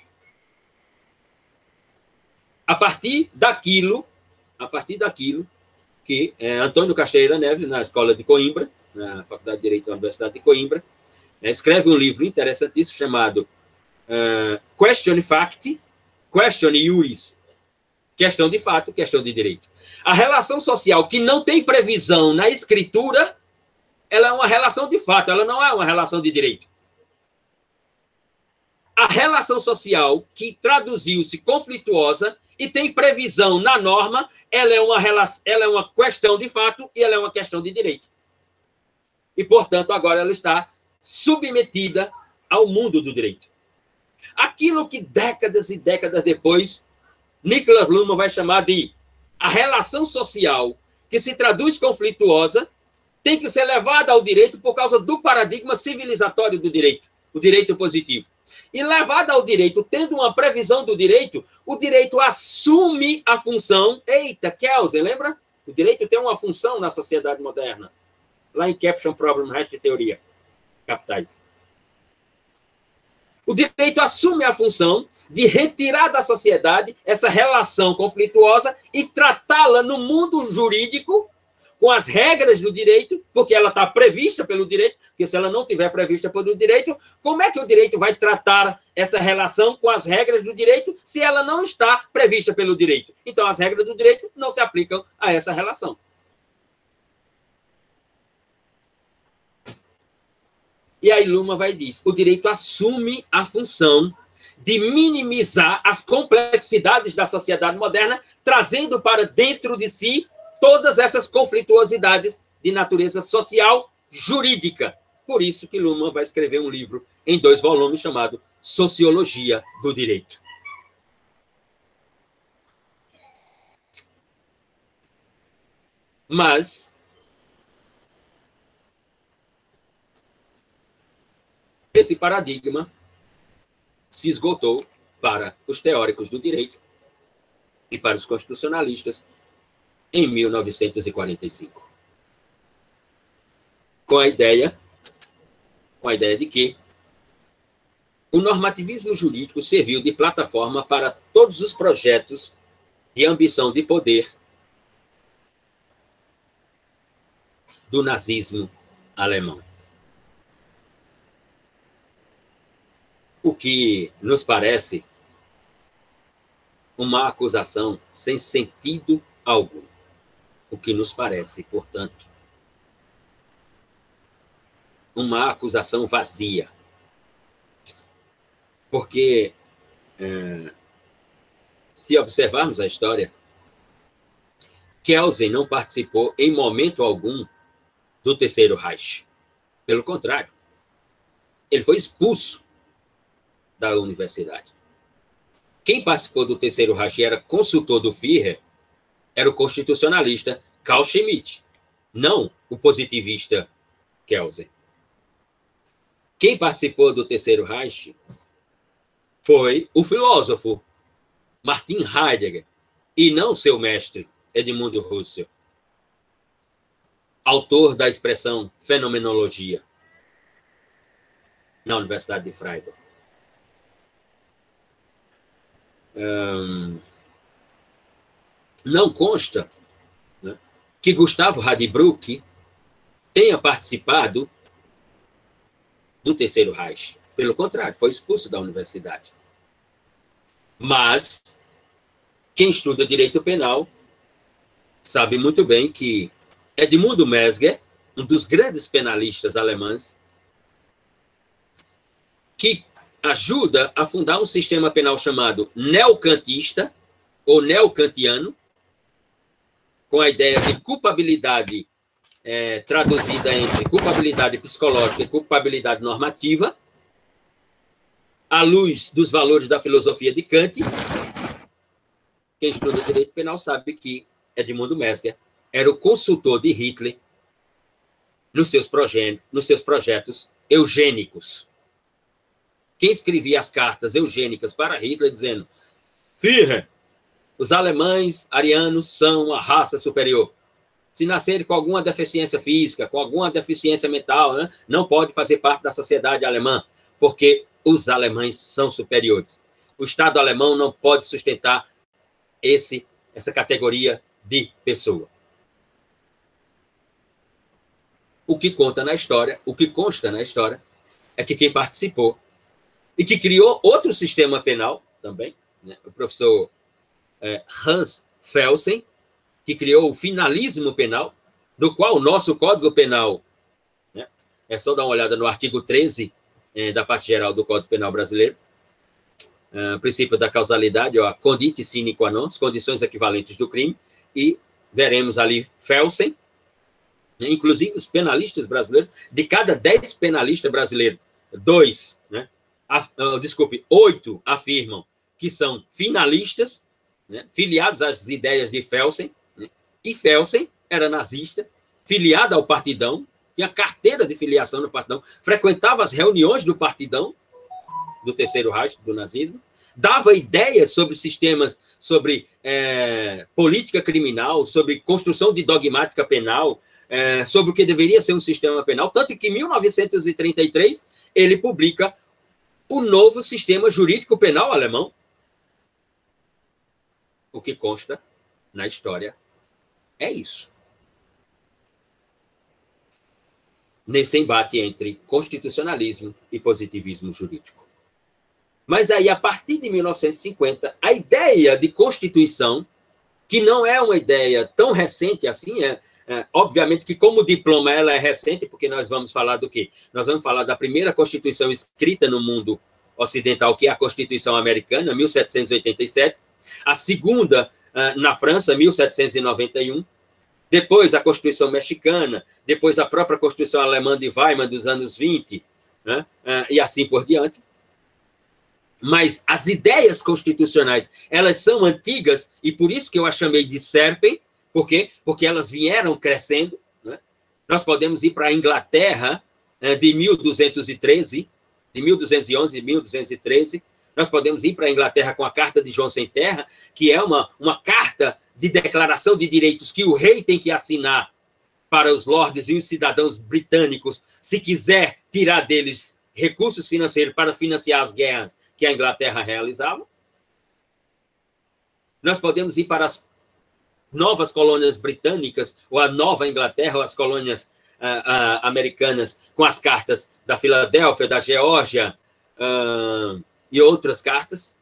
A partir daquilo, a partir daquilo que é, Antônio Caixeira Neves, na Escola de Coimbra, na Faculdade de Direito da Universidade de Coimbra, é, escreve um livro interessantíssimo chamado uh, Question Fact, Question Iuris, questão de fato, questão de direito. A relação social que não tem previsão na escritura, ela é uma relação de fato, ela não é uma relação de direito. A relação social que traduziu-se conflituosa e tem previsão na norma, ela é, uma relação, ela é uma questão de fato e ela é uma questão de direito. E, portanto, agora ela está submetida ao mundo do direito. Aquilo que décadas e décadas depois, Niklas Luhmann vai chamar de a relação social que se traduz conflituosa tem que ser levada ao direito por causa do paradigma civilizatório do direito, o direito positivo. E levada ao direito, tendo uma previsão do direito, o direito assume a função... Eita, Kelsen, lembra? O direito tem uma função na sociedade moderna. Lá em Caption Problem, resto de teoria. Capitais. O direito assume a função de retirar da sociedade essa relação conflituosa e tratá-la no mundo jurídico com as regras do direito, porque ela está prevista pelo direito, porque se ela não estiver prevista pelo direito, como é que o direito vai tratar essa relação com as regras do direito se ela não está prevista pelo direito? Então, as regras do direito não se aplicam a essa relação. E aí Luhmann vai dizer, o direito assume a função de minimizar as complexidades da sociedade moderna, trazendo para dentro de si todas essas conflituosidades de natureza social jurídica. Por isso que Luhmann vai escrever um livro em dois volumes chamado Sociologia do Direito. Mas esse paradigma se esgotou para os teóricos do direito e para os constitucionalistas em mil novecentos e quarenta e cinco. Com a ideia, com a ideia de que o normativismo jurídico serviu de plataforma para todos os projetos de ambição de poder do nazismo alemão. O que nos parece uma acusação sem sentido algum. O que nos parece, portanto, uma acusação vazia. Porque, é, se observarmos a história, Kelsen não participou em momento algum do Terceiro Reich. Pelo contrário, ele foi expulso da universidade. Quem participou do Terceiro Reich e era consultor do Führer era o constitucionalista Carl Schmitt, não o positivista Kelsen. Quem participou do Terceiro Reich foi o filósofo Martin Heidegger, e não seu mestre, Edmundo Husserl, autor da expressão fenomenologia, na Universidade de Freiburg. Hum, não consta, né, que Gustavo Radbruch tenha participado do Terceiro Reich. Pelo contrário, foi expulso da universidade. Mas quem estuda direito penal sabe muito bem que Edmundo Mesger, um dos grandes penalistas alemães, que ajuda a fundar um sistema penal chamado neocantista, ou neocantiano, com a ideia de culpabilidade é, traduzida entre culpabilidade psicológica e culpabilidade normativa, à luz dos valores da filosofia de Kant. Quem estuda direito penal sabe que Edmundo Mesger era o consultor de Hitler nos seus, nos seus projetos eugênicos. Quem escrevia as cartas eugênicas para Hitler dizendo: Führer, os alemães arianos são a raça superior. Se nascerem com alguma deficiência física, com alguma deficiência mental, né, não pode fazer parte da sociedade alemã, porque os alemães são superiores. O Estado alemão não pode sustentar esse, essa categoria de pessoa. O que conta na história, o que consta na história, é que quem participou e que criou outro sistema penal também, né, o professor é, Hans Felsen, que criou o finalismo penal, do qual o nosso Código Penal, né, é só dar uma olhada no artigo treze é, da parte geral do Código Penal brasileiro, é, princípio da causalidade, ó, a condite sine qua non, as condições equivalentes do crime, e veremos ali Felsen, né, inclusive os penalistas brasileiros, de cada dez penalistas brasileiros, dois, né, a, uh, desculpe, oito afirmam que são finalistas, né, filiados às ideias de Felsen, né, e Felsen era nazista, filiado ao Partidão, tinha carteira de filiação no Partidão, frequentava as reuniões do Partidão, do Terceiro Reich, do nazismo, dava ideias sobre sistemas, sobre é, política criminal, sobre construção de dogmática penal, é, sobre o que deveria ser um sistema penal, tanto que em mil novecentos e trinta e três ele publica o novo sistema jurídico penal alemão. O que consta na história é isso. Nesse embate entre constitucionalismo e positivismo jurídico. Mas aí, a partir de mil novecentos e cinquenta, a ideia de Constituição, que não é uma ideia tão recente assim, é, é, obviamente que como diploma ela é recente, porque nós vamos falar do quê? Nós vamos falar da primeira Constituição escrita no mundo ocidental, que é a Constituição Americana, mil setecentos e oitenta e sete, a segunda na França, mil setecentos e noventa e um, depois a Constituição Mexicana, depois a própria Constituição Alemã de Weimar dos anos vinte, né? E assim por diante. Mas as ideias constitucionais, elas são antigas, e por isso que eu a chamei de Serpem. Por quê? Porque elas vieram crescendo, né? Nós podemos ir para a Inglaterra de mil duzentos e treze, de mil duzentos e onze e mil duzentos e treze, nós podemos ir para a Inglaterra com a Carta de João Sem Terra, que é uma, uma carta de declaração de direitos que o rei tem que assinar para os lordes e os cidadãos britânicos, se quiser tirar deles recursos financeiros para financiar as guerras que a Inglaterra realizava. Nós podemos ir para as novas colônias britânicas, ou a Nova Inglaterra, ou as colônias uh, uh, americanas, com as cartas da Filadélfia, da Geórgia, uh, e outras cartas.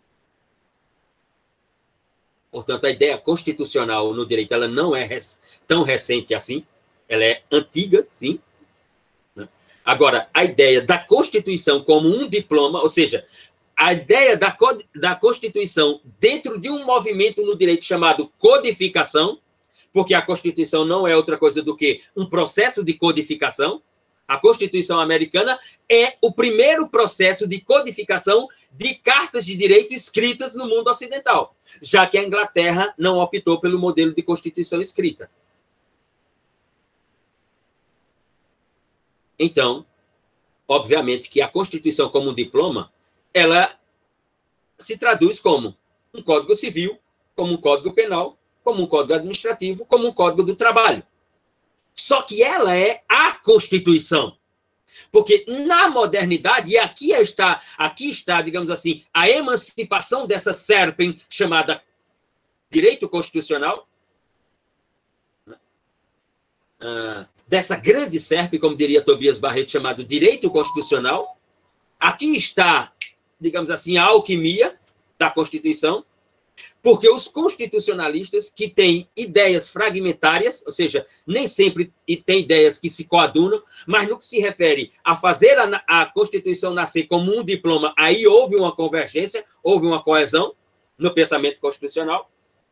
Portanto, a ideia constitucional no direito ela não é rec tão recente assim, ela é antiga, sim. Agora, a ideia da Constituição como um diploma, ou seja, a ideia da, da Constituição dentro de um movimento no direito chamado codificação, porque a Constituição não é outra coisa do que um processo de codificação. A Constituição americana é o primeiro processo de codificação de cartas de direito escritas no mundo ocidental, já que a Inglaterra não optou pelo modelo de Constituição escrita. Então, obviamente que a Constituição como um diploma, ela se traduz como um Código Civil, como um Código Penal, como um Código Administrativo, como um Código do Trabalho. Só que ela é a Constituição. Porque na modernidade, e aqui está, aqui está, digamos assim, a emancipação dessa serpem chamada direito constitucional, uh, dessa grande serpe, como diria Tobias Barreto, chamado direito constitucional. Aqui está, digamos assim, a alquimia da Constituição, porque os constitucionalistas que têm ideias fragmentárias, ou seja, nem sempre têm ideias que se coadunam, mas no que se refere a fazer a, a Constituição nascer como um diploma, aí houve uma convergência, houve uma coesão no pensamento constitucional.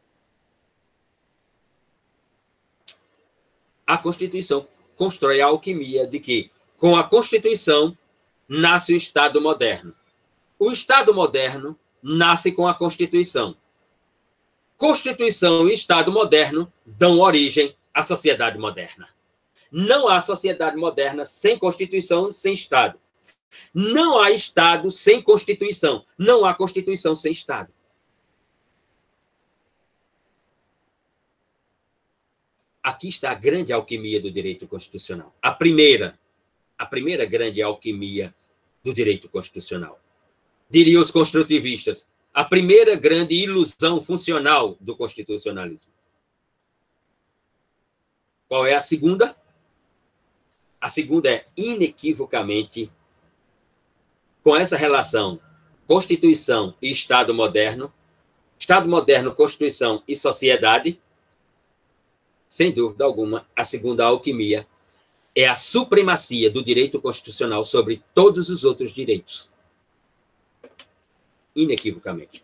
A Constituição constrói a alquimia de que, com a Constituição, nasce o Estado moderno. O Estado moderno nasce com a Constituição. Constituição e Estado moderno dão origem à sociedade moderna. Não há sociedade moderna sem Constituição, sem Estado. Não há Estado sem Constituição. Não há Constituição sem Estado. Aqui está a grande alquimia do direito constitucional. A primeira, a primeira grande alquimia do direito constitucional. Diriam os construtivistas, a primeira grande ilusão funcional do constitucionalismo. Qual é a segunda? A segunda é, inequivocamente, com essa relação Constituição e Estado moderno, Estado moderno, Constituição e sociedade, sem dúvida alguma, a segunda alquimia é a supremacia do direito constitucional sobre todos os outros direitos. Inequivocamente.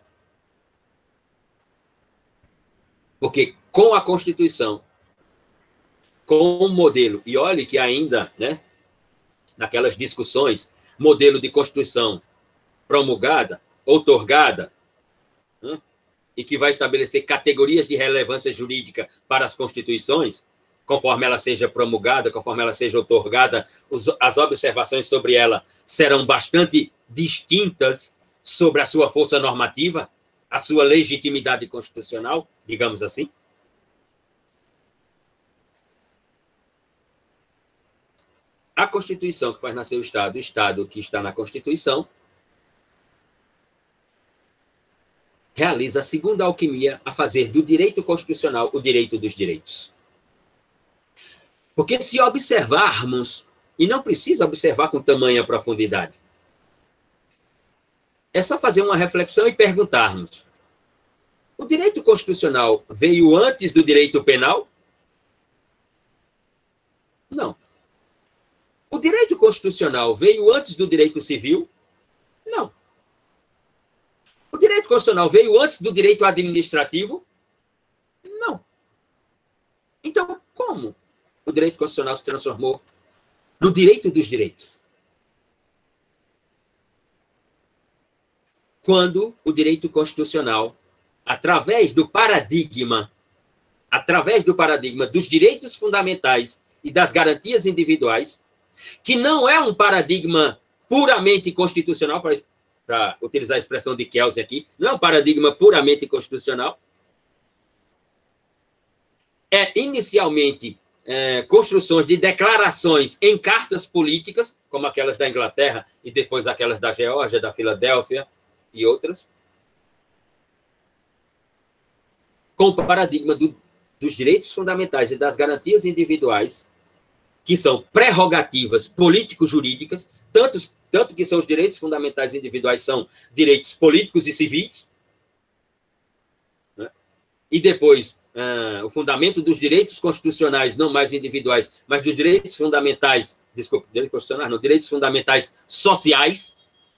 Porque com a Constituição, com o modelo, e olhe que ainda, né, naquelas discussões, modelo de Constituição promulgada, outorgada, né, e que vai estabelecer categorias de relevância jurídica para as constituições, conforme ela seja promulgada, conforme ela seja outorgada, os, as observações sobre ela serão bastante distintas sobre a sua força normativa, a sua legitimidade constitucional, digamos assim. A Constituição que faz nascer o Estado, o Estado que está na Constituição, realiza a segunda alquimia a fazer do direito constitucional o direito dos direitos. Porque se observarmos, e não precisa observar com tamanha profundidade, é só fazer uma reflexão e perguntarmos: o direito constitucional veio antes do direito penal? Não. O direito constitucional veio antes do direito civil? Não. O direito constitucional veio antes do direito administrativo? Não. Então, como o direito constitucional se transformou no direito dos direitos? Quando o direito constitucional, através do paradigma, através do paradigma dos direitos fundamentais e das garantias individuais, que não é um paradigma puramente constitucional, para utilizar a expressão de Kelsey aqui, não é um paradigma puramente constitucional, é inicialmente é, construções de declarações em cartas políticas, como aquelas da Inglaterra e depois aquelas da Geórgia, da Filadélfia, e outras, com o paradigma do, dos direitos fundamentais e das garantias individuais, que são prerrogativas político-jurídicas, tanto, tanto que são os direitos fundamentais individuais são direitos políticos e civis, né? E depois uh, o fundamento dos direitos constitucionais, não mais individuais, mas dos direitos fundamentais, desculpa, direitos constitucionais, não, direitos fundamentais sociais,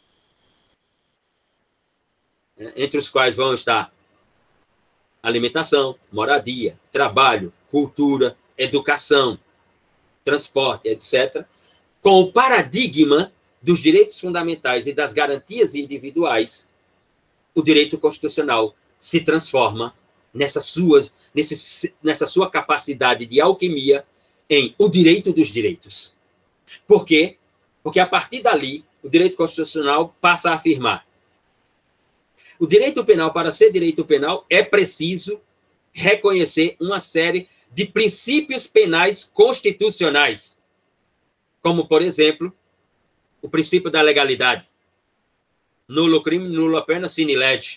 entre os quais vão estar alimentação, moradia, trabalho, cultura, educação, transporte, etcétera, com o paradigma dos direitos fundamentais e das garantias individuais, o direito constitucional se transforma nessa, suas, nesse, nessa sua capacidade de alquimia em o direito dos direitos. Por quê? Porque, a partir dali, o direito constitucional passa a afirmar: O direito penal, para ser direito penal, é preciso reconhecer uma série de princípios penais constitucionais, como, por exemplo, o princípio da legalidade. Nulo crime, nulla pena, sine lege.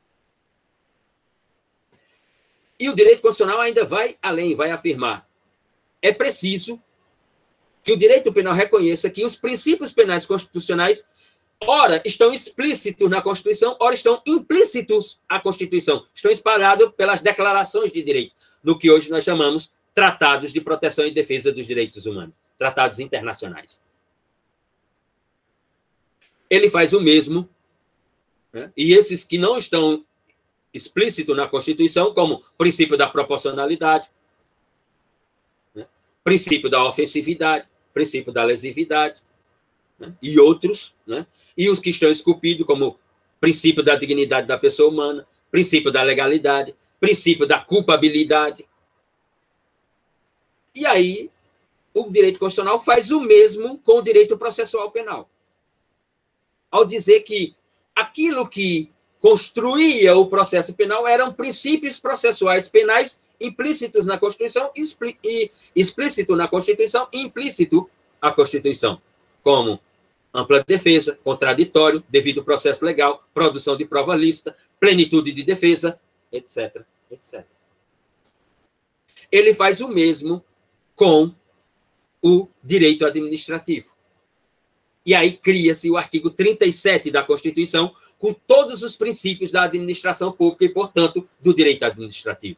E o direito constitucional ainda vai além, vai afirmar. É preciso que o direito penal reconheça que os princípios penais constitucionais, ora, estão explícitos na Constituição, ora, estão implícitos à Constituição. Estão espalhados pelas declarações de direito, no que hoje nós chamamos tratados de proteção e defesa dos direitos humanos, tratados internacionais. Ele faz o mesmo, né? E esses que não estão explícitos na Constituição, como princípio da proporcionalidade, né? Princípio da ofensividade, princípio da lesividade, né? E outros, né? E os que estão esculpidos, como princípio da dignidade da pessoa humana, princípio da legalidade, princípio da culpabilidade. E aí, o direito constitucional faz o mesmo com o direito processual penal, ao dizer que aquilo que construía o processo penal eram princípios processuais penais implícitos na Constituição e explícito na Constituição e implícito à Constituição, como ampla defesa, contraditório, devido processo legal, produção de prova lícita, plenitude de defesa, etc, etcétera. Ele faz o mesmo com o direito administrativo. E aí cria-se o artigo trinta e sete da Constituição, com todos os princípios da administração pública e, portanto, do direito administrativo.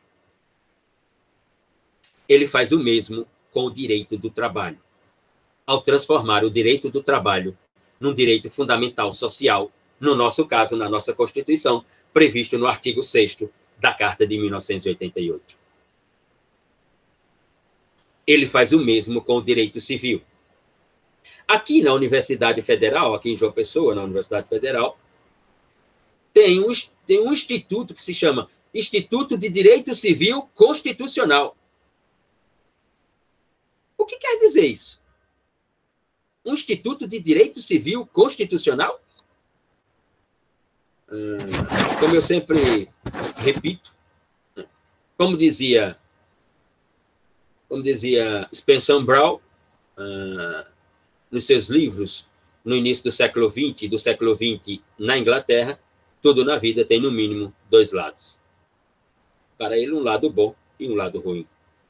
Ele faz o mesmo com o direito do trabalho, ao transformar o direito do trabalho num direito fundamental social, no nosso caso, na nossa Constituição, previsto no artigo sexto da Carta de mil novecentos e oitenta e oito. Ele faz o mesmo com o direito civil. Aqui na Universidade Federal, aqui em João Pessoa, na Universidade Federal, tem um, tem um instituto que se chama Instituto de Direito Civil Constitucional. O que quer dizer isso? Um Instituto de Direito Civil Constitucional? Hum, como eu sempre repito, como dizia, como dizia Spencer Brown, uh, nos seus livros, no início do século vinte, do século vinte na Inglaterra, tudo na vida tem, no mínimo, dois lados. Para ele, um lado bom e um lado ruim.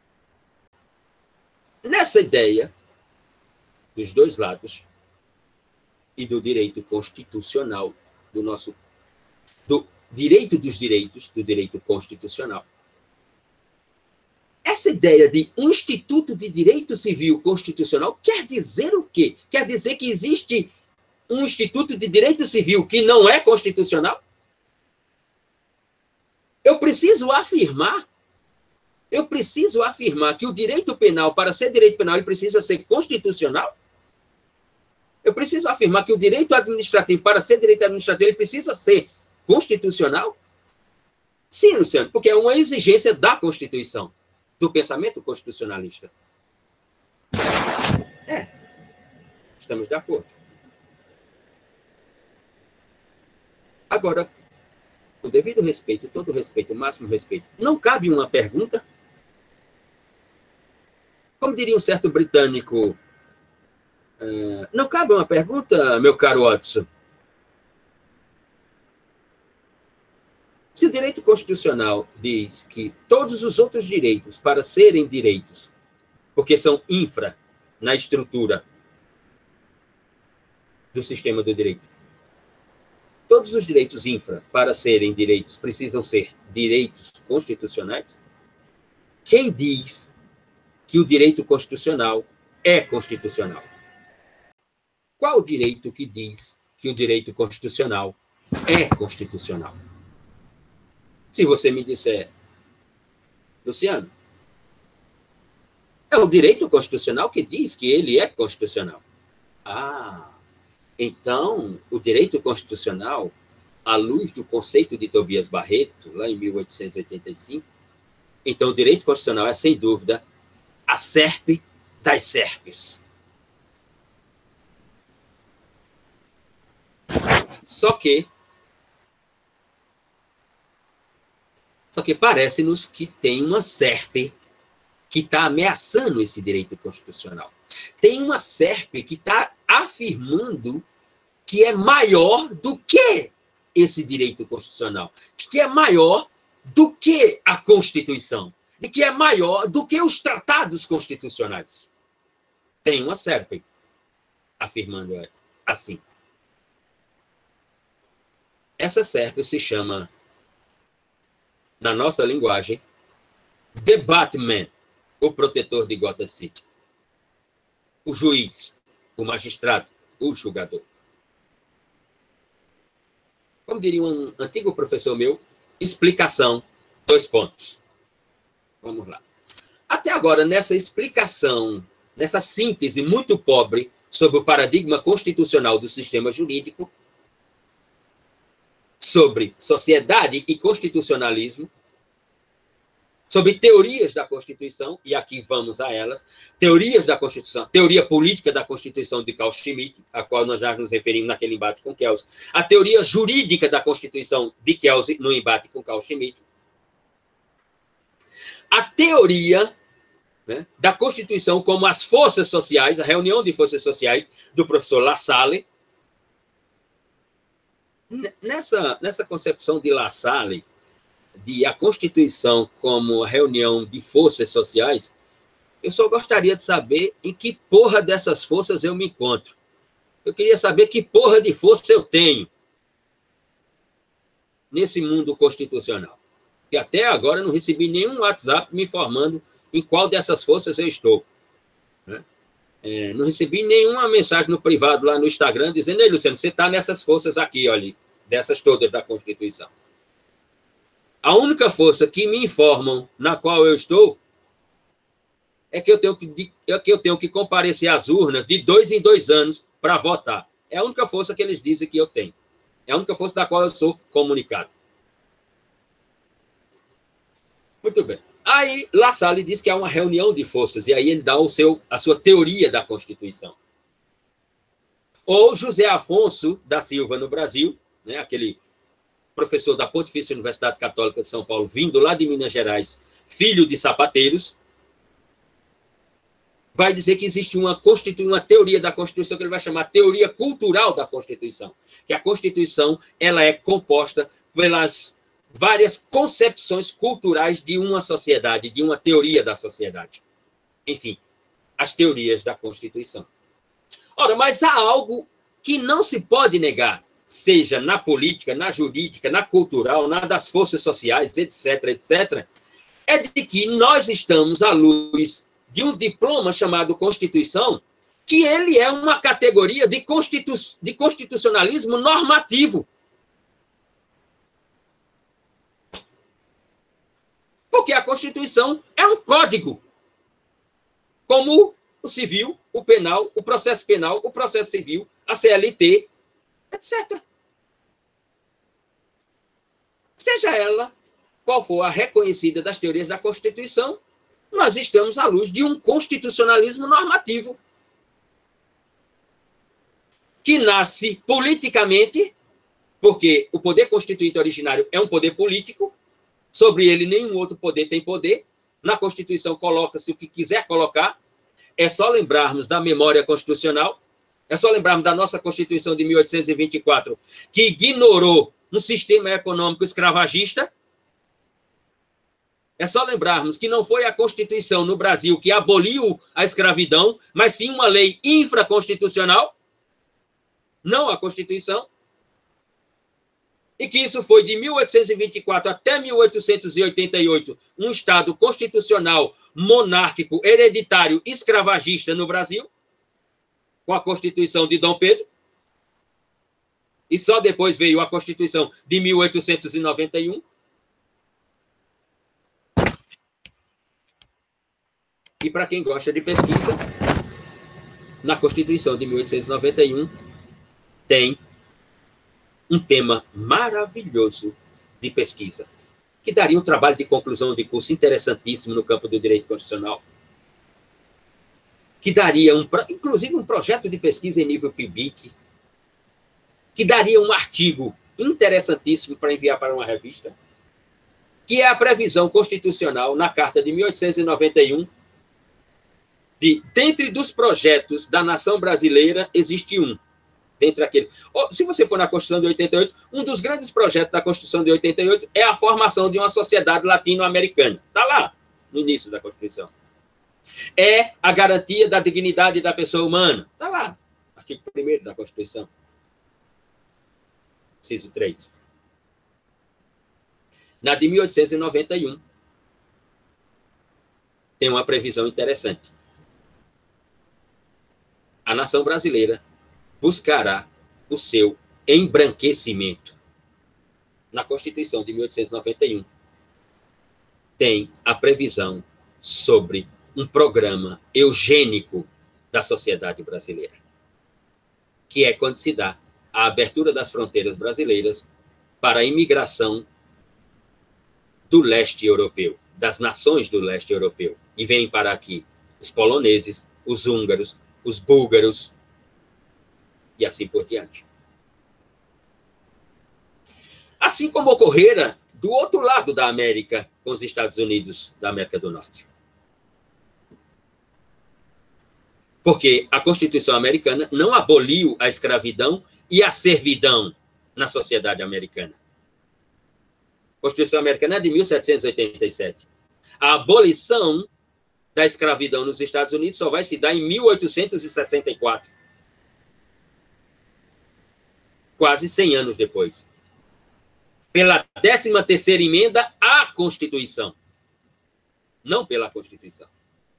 Nessa ideia dos dois lados e do direito constitucional, do nosso do direito dos direitos, do direito constitucional, essa ideia de um Instituto de Direito Civil Constitucional quer dizer o quê? Quer dizer que existe um Instituto de Direito Civil que não é constitucional? Eu preciso afirmar, eu preciso afirmar que o direito penal, para ser direito penal, ele precisa ser constitucional? Eu preciso afirmar que o direito administrativo, para ser direito administrativo, ele precisa ser constitucional? Sim, Luciano, porque é uma exigência da Constituição, do pensamento constitucionalista. É, estamos de acordo. Agora, com devido respeito, todo respeito, o máximo respeito, não cabe uma pergunta? Como diria um certo britânico, uh, não cabe uma pergunta, meu caro Watson? Se o direito constitucional diz que todos os outros direitos, para serem direitos, porque são infra na estrutura do sistema do direito, todos os direitos infra, para serem direitos, precisam ser direitos constitucionais, quem diz que o direito constitucional é constitucional? Qual o direito que diz que o direito constitucional é constitucional? Se você me disser, Luciano, é o direito constitucional que diz que ele é constitucional. Ah, então, o direito constitucional, à luz do conceito de Tobias Barreto, lá em mil oitocentos e oitenta e cinco, então o direito constitucional é, sem dúvida, a serpe das serpes. Só que Só que parece-nos que tem uma serpe que está ameaçando esse direito constitucional. Tem uma serpe que está afirmando que é maior do que esse direito constitucional, que é maior do que a Constituição, e que é maior do que os tratados constitucionais. Tem uma serpe afirmando assim. Essa serpe se chama, na nossa linguagem, The Batman, o protetor de Gotham City. O juiz, o magistrado, o julgador. Como diria um antigo professor meu, explicação, dois pontos. Vamos lá. Até agora, nessa explicação, nessa síntese muito pobre sobre o paradigma constitucional do sistema jurídico, sobre sociedade e constitucionalismo, sobre teorias da Constituição, e aqui vamos a elas, teorias da Constituição, teoria política da Constituição de Carl Schmitt, a qual nós já nos referimos naquele embate com Kelsey, a teoria jurídica da Constituição de Kelsey, no embate com Carl Schmitt, a teoria, né, da Constituição como as forças sociais, a reunião de forças sociais do professor La Salle. Nessa, nessa concepção de La Salle, de a Constituição como a reunião de forças sociais, eu só gostaria de saber em que porra dessas forças eu me encontro. Eu queria saber que porra de força eu tenho nesse mundo constitucional. Que até agora eu não recebi nenhum WhatsApp me informando em qual dessas forças eu estou. Né? É, não recebi nenhuma mensagem no privado lá no Instagram dizendo: ei, Luciano, você está nessas forças aqui, olha, dessas todas da Constituição. A única força que me informam na qual eu estou é que eu tenho que, é que, eu tenho que comparecer às urnas de dois em dois anos para votar. É a única força que eles dizem que eu tenho. É a única força da qual eu sou comunicado. Muito bem. Aí, La Salle diz que há uma reunião de forças, e aí ele dá o seu, a sua teoria da Constituição. Ou José Afonso da Silva, no Brasil, né, aquele professor da Pontifícia Universidade Católica de São Paulo, vindo lá de Minas Gerais, filho de sapateiros, vai dizer que existe uma, uma teoria da Constituição que ele vai chamar teoria cultural da Constituição, que a Constituição ela é composta pelas várias concepções culturais de uma sociedade, de uma teoria da sociedade. Enfim, as teorias da Constituição. Ora, mas há algo que não se pode negar, seja na política, na jurídica, na cultural, na das forças sociais, etc, etcétera, é de que nós estamos à luz de um diploma chamado Constituição, que ele é uma categoria de, constitu... de constitucionalismo normativo. Porque a Constituição é um código, como o civil, o penal, o processo penal, o processo civil, a C L T, etcétera. Seja ela qual for a reconhecida das teorias da Constituição, nós estamos à luz de um constitucionalismo normativo que nasce politicamente, porque o poder constituinte originário é um poder político, sobre ele nenhum outro poder tem poder, na Constituição coloca-se o que quiser colocar, é só lembrarmos da memória constitucional, é só lembrarmos da nossa Constituição de mil oitocentos e vinte e quatro, que ignorou um sistema econômico escravagista. É só lembrarmos que não foi a Constituição no Brasil que aboliu a escravidão, mas sim uma lei infraconstitucional, não a Constituição, e que isso foi de mil oitocentos e vinte e quatro até mil oitocentos e oitenta e oito um Estado constitucional, monárquico, hereditário, escravagista no Brasil, com a Constituição de Dom Pedro, e só depois veio a Constituição de mil oitocentos e noventa e um. E para quem gosta de pesquisa, na Constituição de mil oitocentos e noventa e um tem um tema maravilhoso de pesquisa, que daria um trabalho de conclusão de curso interessantíssimo no campo do direito constitucional, que daria, um, inclusive, um projeto de pesquisa em nível P I B I C, que daria um artigo interessantíssimo para enviar para uma revista. que é a previsão constitucional na Carta de mil oitocentos e noventa e um, de, dentre dos projetos da nação brasileira, existe um. Dentre aqueles. Se você for na Constituição de oitenta e oito, um dos grandes projetos da Constituição de oitenta e oito é a formação de uma sociedade latino-americana. Está lá, no início da Constituição. É a garantia da dignidade da pessoa humana. Está lá, artigo primeiro da Constituição. Inciso três. Na de mil oitocentos e noventa e um, tem uma previsão interessante. A nação brasileira buscará o seu embranquecimento. Na Constituição de mil oitocentos e noventa e um, tem a previsão sobre um programa eugênico da sociedade brasileira, que é quando se dá a abertura das fronteiras brasileiras para a imigração do leste europeu, das nações do leste europeu. E vêm para aqui os poloneses, os húngaros, os búlgaros, e assim por diante. Assim como ocorrera do outro lado da América, com os Estados Unidos da América do Norte. Porque a Constituição americana não aboliu a escravidão e a servidão na sociedade americana. A Constituição americana é de mil setecentos e oitenta e sete. A abolição da escravidão nos Estados Unidos só vai se dar em mil oitocentos e sessenta e quatro. Quase cem anos depois. Pela décima terceira emenda à Constituição. Não pela Constituição.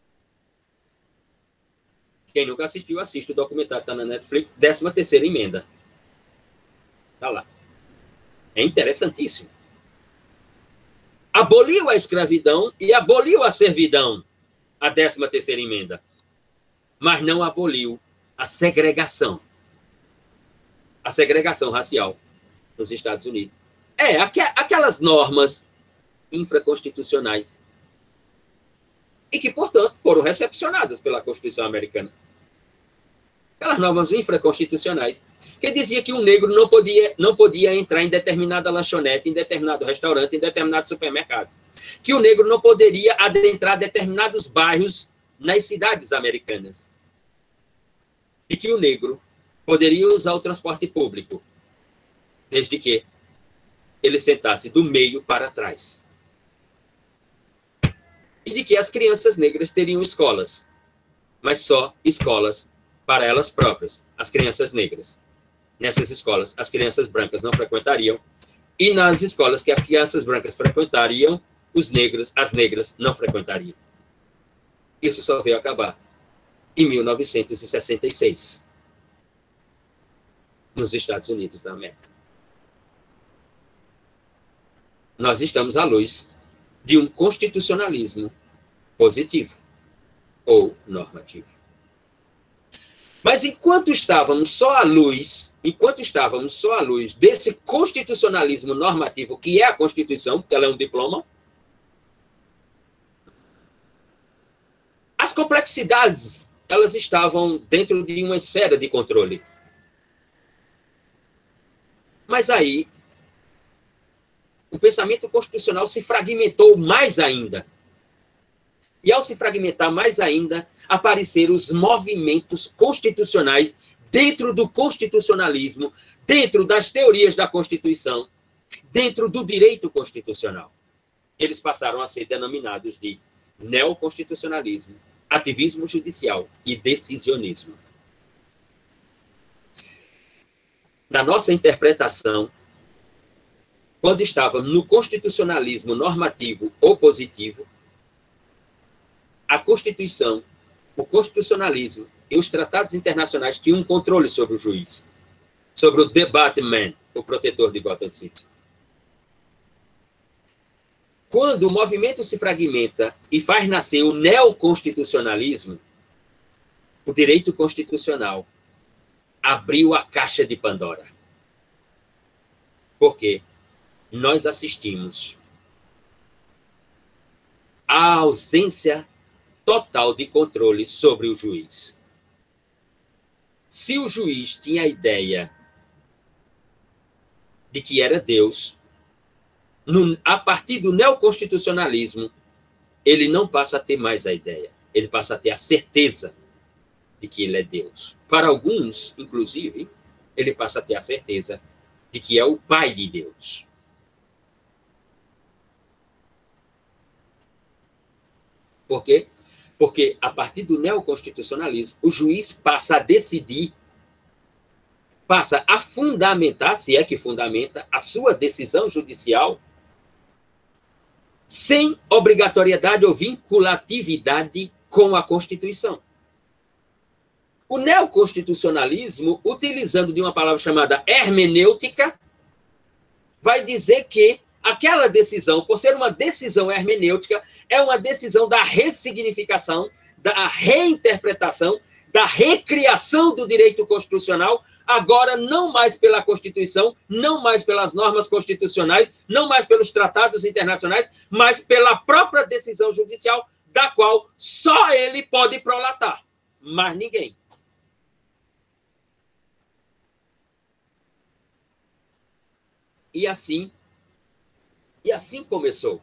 Quem nunca assistiu, assiste o documentário, está na Netflix, décima terceira emenda. Está lá. É interessantíssimo. Aboliu a escravidão e aboliu a servidão, a décima terceira emenda. Mas não aboliu a segregação. A segregação racial nos Estados Unidos. É, aqu aquelas normas infraconstitucionais e que, portanto, foram recepcionadas pela Constituição americana. Aquelas normas infraconstitucionais que dizia que um negro não podia, não podia entrar em determinada lanchonete, em determinado restaurante, em determinado supermercado. Que o negro não poderia adentrar determinados bairros nas cidades americanas. E que o negro poderia usar o transporte público, desde que ele sentasse do meio para trás. E de que as crianças negras teriam escolas, mas só escolas para elas próprias, as crianças negras. Nessas escolas, as crianças brancas não frequentariam, e nas escolas que as crianças brancas frequentariam, os negros, as negras não frequentariam. Isso só veio acabar em mil novecentos e sessenta e seis, nos Estados Unidos da América. Nós estamos à luz de um constitucionalismo positivo ou normativo. Mas enquanto estávamos só à luz, enquanto estávamos só à luz desse constitucionalismo normativo, que é a Constituição, porque ela é um diploma, as complexidades, elas estavam dentro de uma esfera de controle. Mas aí, o pensamento constitucional se fragmentou mais ainda. E ao se fragmentar mais ainda, apareceram os movimentos constitucionais dentro do constitucionalismo, dentro das teorias da Constituição, dentro do direito constitucional. Eles passaram a ser denominados de neoconstitucionalismo, ativismo judicial e decisionismo. Na nossa interpretação, quando estávamos no constitucionalismo normativo ou positivo, a Constituição, o constitucionalismo e os tratados internacionais tinham um controle sobre o juiz, sobre o debateman, o protetor de Gotham City. Quando o movimento se fragmenta e faz nascer o neoconstitucionalismo, o direito constitucional abriu a caixa de Pandora. Por quê? Nós assistimos à ausência total de controle sobre o juiz. Se o juiz tinha a ideia de que era Deus, no, a partir do neoconstitucionalismo, ele não passa a ter mais a ideia, ele passa a ter a certeza de que ele é Deus. Para alguns, inclusive, ele passa a ter a certeza de que é o Pai de Deus. Por quê? Porque, a partir do neoconstitucionalismo, o juiz passa a decidir, passa a fundamentar, se é que fundamenta, a sua decisão judicial sem obrigatoriedade ou vinculatividade com a Constituição. O neoconstitucionalismo, utilizando de uma palavra chamada hermenêutica, vai dizer que aquela decisão, por ser uma decisão hermenêutica, é uma decisão da ressignificação, da reinterpretação, da recriação do direito constitucional, agora não mais pela Constituição, não mais pelas normas constitucionais, não mais pelos tratados internacionais, mas pela própria decisão judicial, da qual só ele pode prolatar, mas ninguém. E assim, e assim começou.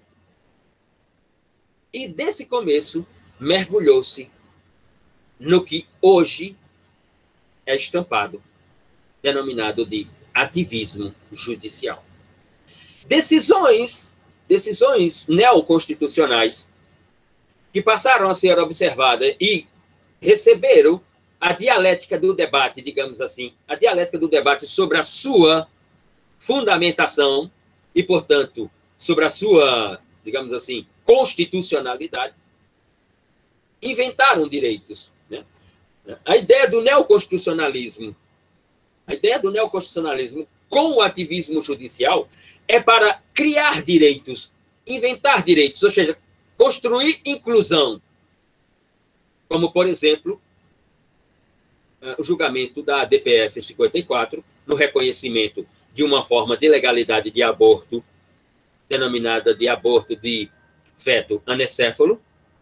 E desse começo, mergulhou-se no que hoje é estampado, denominado de ativismo judicial. Decisões, decisões neoconstitucionais que passaram a ser observadas e receberam a dialética do debate, digamos assim, a dialética do debate sobre a sua fundamentação e, portanto, sobre a sua, digamos assim, constitucionalidade, inventaram direitos. Né? A ideia do neoconstitucionalismo, a ideia do neoconstitucionalismo com o ativismo judicial é para criar direitos, inventar direitos, ou seja, construir inclusão, como, por exemplo, o julgamento da D P F cinquenta e quatro, no reconhecimento de uma forma de legalidade de aborto, denominada de aborto de feto anencéfalo,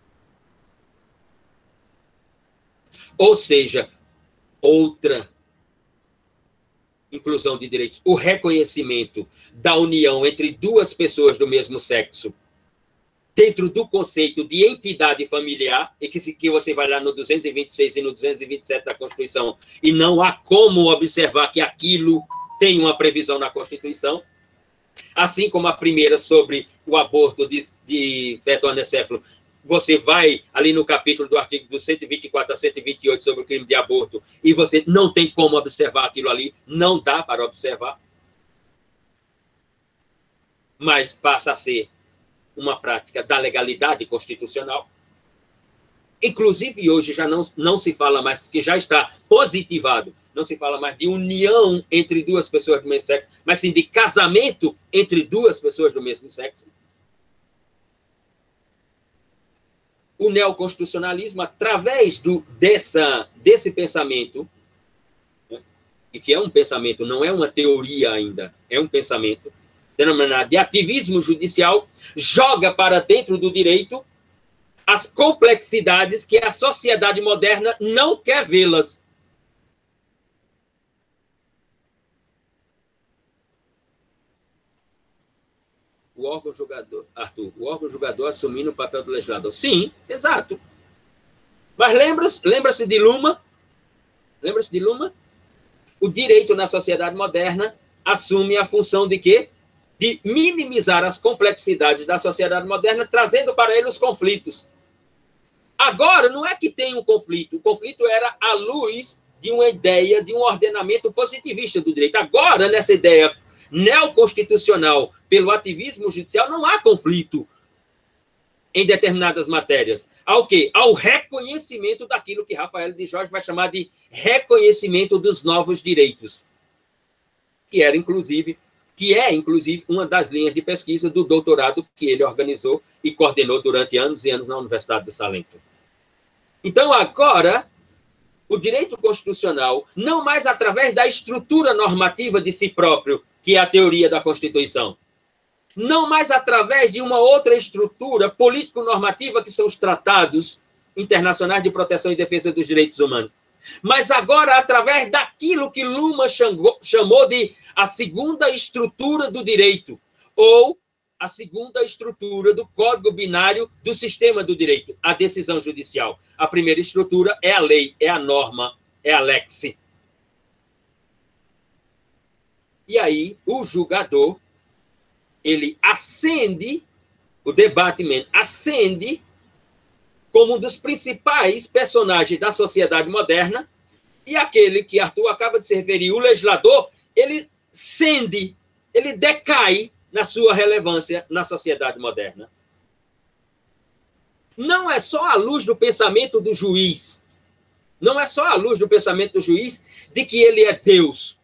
ou seja, outra inclusão de direitos, o reconhecimento da união entre duas pessoas do mesmo sexo, dentro do conceito de entidade familiar, e que, que você vai lá no duzentos e vinte e seis e no duzentos e vinte e sete da Constituição, e não há como observar que aquilo tem uma previsão na Constituição, assim como a primeira sobre o aborto de, de feto anencéfalo. Você vai ali no capítulo do artigo do cento e vinte e quatro a cento e vinte e oito sobre o crime de aborto e você não tem como observar aquilo ali, não dá para observar, mas passa a ser uma prática da legalidade constitucional. Inclusive, hoje já não, não se fala mais, porque já está positivado, não se fala mais de união entre duas pessoas do mesmo sexo, mas sim de casamento entre duas pessoas do mesmo sexo. O neoconstitucionalismo, através do, dessa, desse pensamento, né, e que é um pensamento, não é uma teoria ainda, é um pensamento, denominado de ativismo judicial, joga para dentro do direito as complexidades que a sociedade moderna não quer vê-las. O órgão julgador, Arthur, o órgão julgador assumindo o papel do legislador. Sim, exato. Mas lembra-se lembra de Luma? Lembra-se de Luma? O direito na sociedade moderna assume a função de quê? De minimizar as complexidades da sociedade moderna, trazendo para ele os conflitos. Agora, não é que tem um conflito. O conflito era à luz de uma ideia, de um ordenamento positivista do direito. Agora, nessa ideia neoconstitucional pelo ativismo judicial, não há conflito em determinadas matérias. Ao quê? Ao reconhecimento daquilo que Rafael de Jorge vai chamar de reconhecimento dos novos direitos, que era, inclusive, que é, inclusive, uma das linhas de pesquisa do doutorado que ele organizou e coordenou durante anos e anos na Universidade do Salento. Então, agora, o direito constitucional, não mais através da estrutura normativa de si próprio, que é a teoria da Constituição, não mais através de uma outra estrutura político-normativa, que são os tratados internacionais de proteção e defesa dos direitos humanos, mas agora através daquilo que Luma chamou de a segunda estrutura do direito, ou a segunda estrutura do código binário do sistema do direito, a decisão judicial. A primeira estrutura é a lei, é a norma, é a lex. E aí, o julgador, ele ascende, o debateman ascende como um dos principais personagens da sociedade moderna, e aquele que Arthur acaba de se referir, o legislador, ele ascende, ele decai na sua relevância na sociedade moderna. Não é só à luz do pensamento do juiz, não é só à luz do pensamento do juiz de que ele é Deus.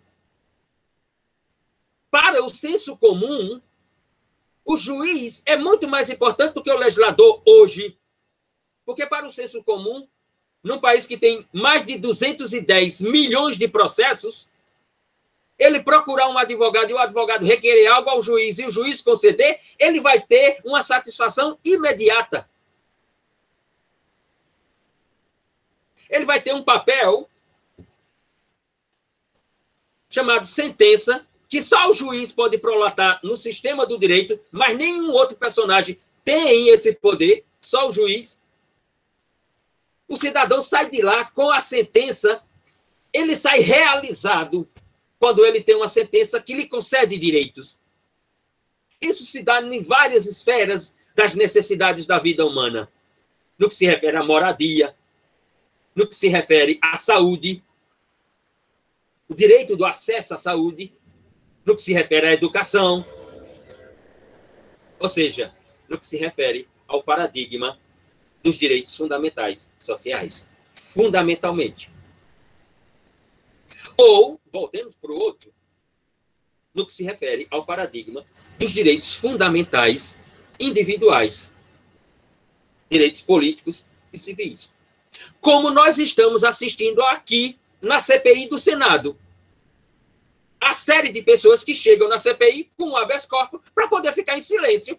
Para o senso comum, o juiz é muito mais importante do que o legislador hoje. Porque para o senso comum, num país que tem mais de duzentos e dez milhões de processos, ele procurar um advogado e o advogado requerer algo ao juiz e o juiz conceder, ele vai ter uma satisfação imediata. Ele vai ter um papel chamado sentença, que só o juiz pode prolatar no sistema do direito, mas nenhum outro personagem tem esse poder, só o juiz. O cidadão sai de lá com a sentença, ele sai realizado quando ele tem uma sentença que lhe concede direitos. Isso se dá em várias esferas das necessidades da vida humana. No que se refere à moradia, no que se refere à saúde, o direito do acesso à saúde, no que se refere à educação, ou seja, no que se refere ao paradigma dos direitos fundamentais sociais, fundamentalmente. Ou, voltemos para o outro, no que se refere ao paradigma dos direitos fundamentais individuais, direitos políticos e civis. Como nós estamos assistindo aqui na C P I do Senado. A série de pessoas que chegam na C P I com habeas corpus para poder ficar em silêncio.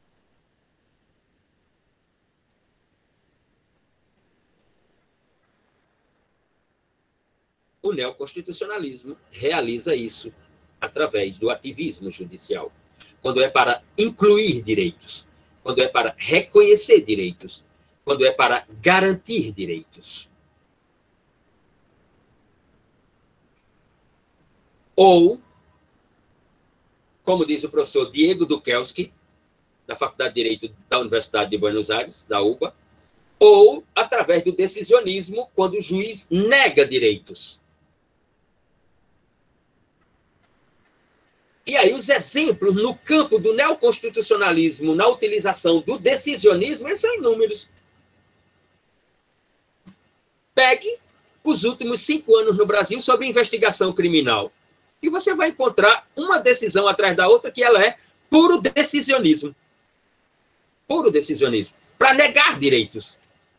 O neoconstitucionalismo realiza isso através do ativismo judicial, quando é para incluir direitos, quando é para reconhecer direitos, quando é para garantir direitos. Ou, como diz o professor Diego Dukelski, da Faculdade de Direito da Universidade de Buenos Aires, da U B A, ou através do decisionismo, quando o juiz nega direitos. E aí os exemplos no campo do neoconstitucionalismo, na utilização do decisionismo, eles são inúmeros. Pegue os últimos cinco anos no Brasil sobre investigação criminal. E você vai encontrar uma decisão atrás da outra que ela é puro decisionismo. Puro decisionismo. Para negar direitos.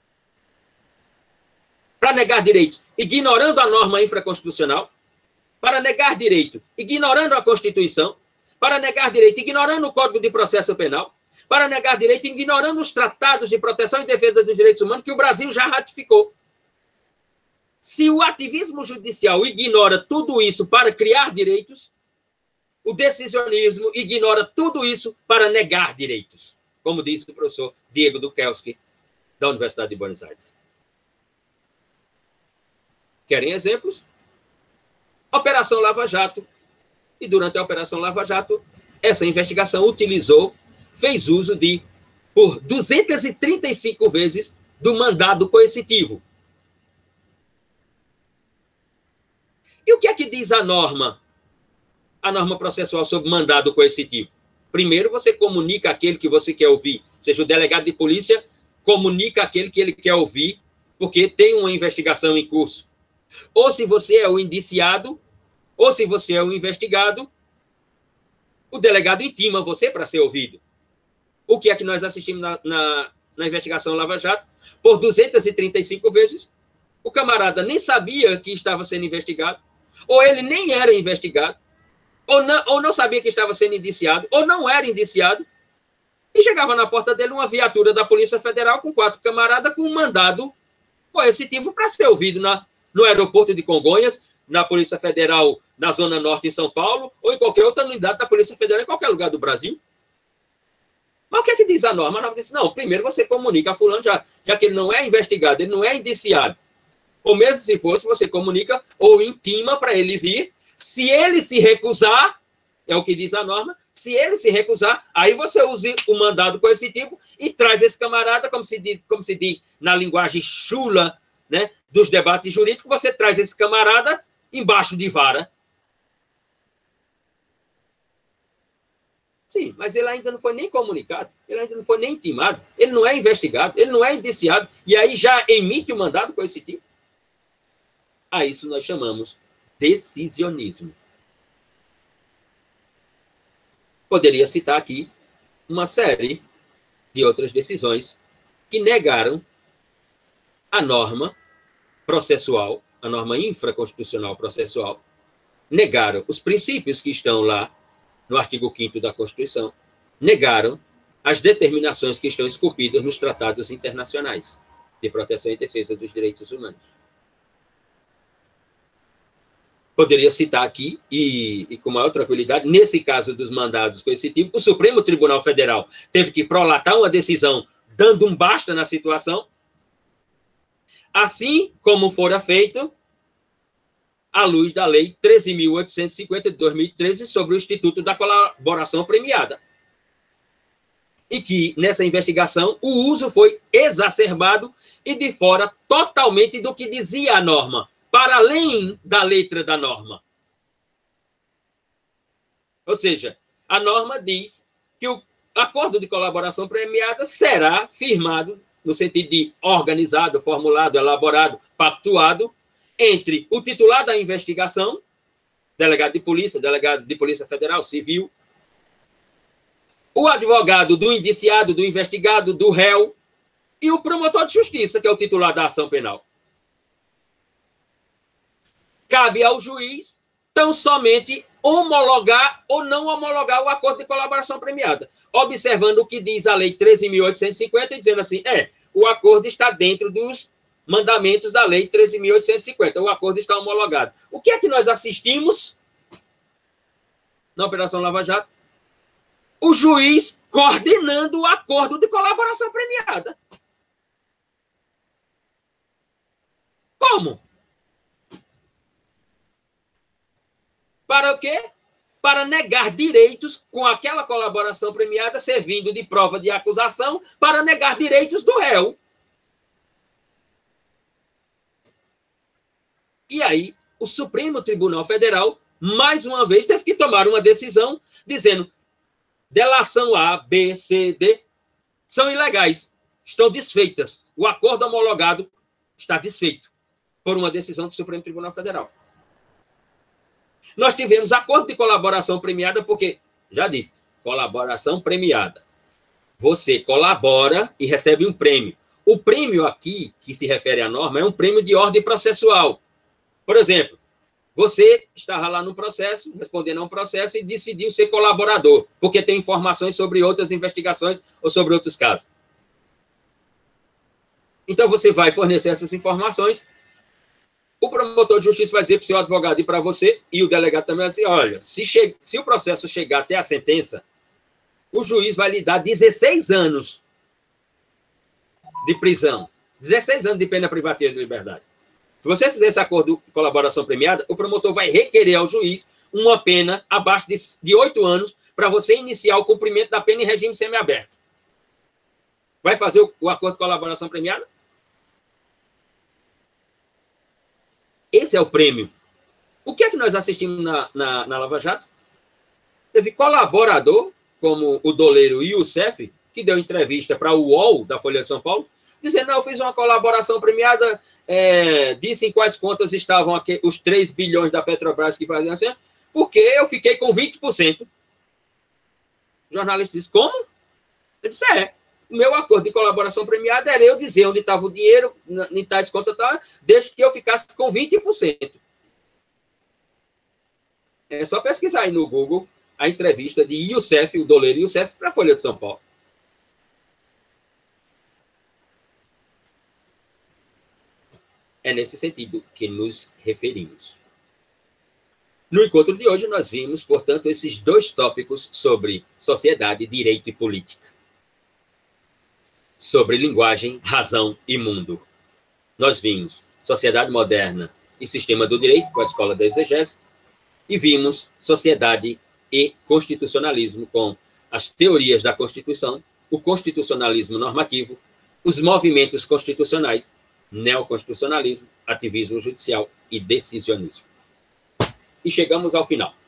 Para negar direitos, ignorando a norma infraconstitucional. Para negar direito, ignorando a Constituição. Para negar direito, ignorando o Código de Processo Penal. Para negar direito, ignorando os tratados de proteção e defesa dos direitos humanos que o Brasil já ratificou. Se o ativismo judicial ignora tudo isso para criar direitos, o decisionismo ignora tudo isso para negar direitos, como disse o professor Diego Dukelski, da Universidade de Buenos Aires. Querem exemplos? Operação Lava Jato. E durante a Operação Lava Jato, essa investigação utilizou, fez uso de, por duzentas e trinta e cinco vezes, do mandado coercitivo. E o que é que diz a norma? A norma processual sobre mandado coercitivo. Primeiro, você comunica aquele que você quer ouvir. Ou seja, o delegado de polícia comunica aquele que ele quer ouvir, porque tem uma investigação em curso. Ou se você é o indiciado, ou se você é o investigado, o delegado intima você para ser ouvido. O que é que nós assistimos na, na, na investigação Lava Jato? Por duzentas e trinta e cinco vezes, o camarada nem sabia que estava sendo investigado, ou ele nem era investigado, ou não, ou não sabia que estava sendo indiciado, ou não era indiciado, e chegava na porta dele uma viatura da Polícia Federal com quatro camaradas com um mandado coercitivo para ser ouvido na, no aeroporto de Congonhas, na Polícia Federal na Zona Norte em São Paulo, ou em qualquer outra unidade da Polícia Federal em qualquer lugar do Brasil. Mas o que é que diz a norma? A norma diz, não, primeiro você comunica a fulano, já, já que ele não é investigado, ele não é indiciado. Ou mesmo se fosse, você comunica ou intima para ele vir. Se ele se recusar, é o que diz a norma, se ele se recusar, aí você usa o mandado coercitivo e traz esse camarada, como se diz, como se diz na linguagem chula, né, dos debates jurídicos, você traz esse camarada embaixo de vara. Sim, mas ele ainda não foi nem comunicado, ele ainda não foi nem intimado, ele não é investigado, ele não é indiciado, e aí já emite o mandado coercitivo. A isso nós chamamos decisionismo. Poderia citar aqui uma série de outras decisões que negaram a norma processual, a norma infraconstitucional processual, negaram os princípios que estão lá no artigo quinto da Constituição, negaram as determinações que estão esculpidas nos tratados internacionais de proteção e defesa dos direitos humanos. Poderia citar aqui, e, e com maior tranquilidade, nesse caso dos mandados coercitivos, o Supremo Tribunal Federal teve que prolatar uma decisão dando um basta na situação, assim como fora feito à luz da Lei treze mil oitocentos e cinquenta, de dois mil e treze, sobre o Instituto da Colaboração Premiada. E que, nessa investigação, o uso foi exacerbado e de fora totalmente do que dizia a norma, para além da letra da norma. Ou seja, a norma diz que o acordo de colaboração premiada será firmado, no sentido de organizado, formulado, elaborado, pactuado, entre o titular da investigação, delegado de polícia, delegado de polícia federal, civil, o advogado do indiciado, do investigado, do réu, e o promotor de justiça, que é o titular da ação penal. Cabe ao juiz tão somente homologar ou não homologar o acordo de colaboração premiada, observando o que diz a Lei treze mil oitocentos e cinquenta, e dizendo assim, é, o acordo está dentro dos mandamentos da Lei treze mil oitocentos e cinquenta, o acordo está homologado. O que é que nós assistimos na Operação Lava Jato? O juiz coordenando o acordo de colaboração premiada. Como? Para o quê? Para negar direitos com aquela colaboração premiada servindo de prova de acusação para negar direitos do réu. E aí, o Supremo Tribunal Federal, mais uma vez, teve que tomar uma decisão dizendo delação A, B, C, D são ilegais, estão desfeitas. O acordo homologado está desfeito por uma decisão do Supremo Tribunal Federal. Nós tivemos acordo de colaboração premiada porque, já disse, colaboração premiada. Você colabora e recebe um prêmio. O prêmio aqui, que se refere à norma, é um prêmio de ordem processual. Por exemplo, você estava lá no processo, respondendo a um processo e decidiu ser colaborador, porque tem informações sobre outras investigações ou sobre outros casos. Então, você vai fornecer essas informações. O promotor de justiça vai dizer para o seu advogado e para você, e o delegado também vai dizer, olha, se, che... se o processo chegar até a sentença, o juiz vai lhe dar dezesseis anos de prisão, dezesseis anos de pena privativa de liberdade. Se você fizer esse acordo de colaboração premiada, o promotor vai requerer ao juiz uma pena abaixo de oito anos para você iniciar o cumprimento da pena em regime semiaberto. Vai fazer o, o acordo de colaboração premiada? Esse é o prêmio. O que é que nós assistimos na, na, na Lava Jato? Teve colaborador, como o doleiro Youssef, que deu entrevista para o U O L da Folha de São Paulo, dizendo, não, eu fiz uma colaboração premiada, é, disse em quais contas estavam aqui, os três bilhões da Petrobras que faziam assim, porque eu fiquei com vinte por cento. O jornalista disse, como? Eu disse, é. O meu acordo de colaboração premiada era eu dizer onde estava o dinheiro, em tais contas, tá, desde que eu ficasse com vinte por cento. É só pesquisar aí no Google a entrevista de Youssef, o doleiro Youssef, para a Folha de São Paulo. É nesse sentido que nos referimos. No encontro de hoje, nós vimos, portanto, esses dois tópicos sobre sociedade, direito e política. sobre linguagem, razão e mundo. Nós vimos sociedade moderna e sistema do direito, com a escola da exegese, e vimos sociedade e constitucionalismo, com as teorias da Constituição, o constitucionalismo normativo, os movimentos constitucionais, neoconstitucionalismo, ativismo judicial e decisionismo. E chegamos ao final.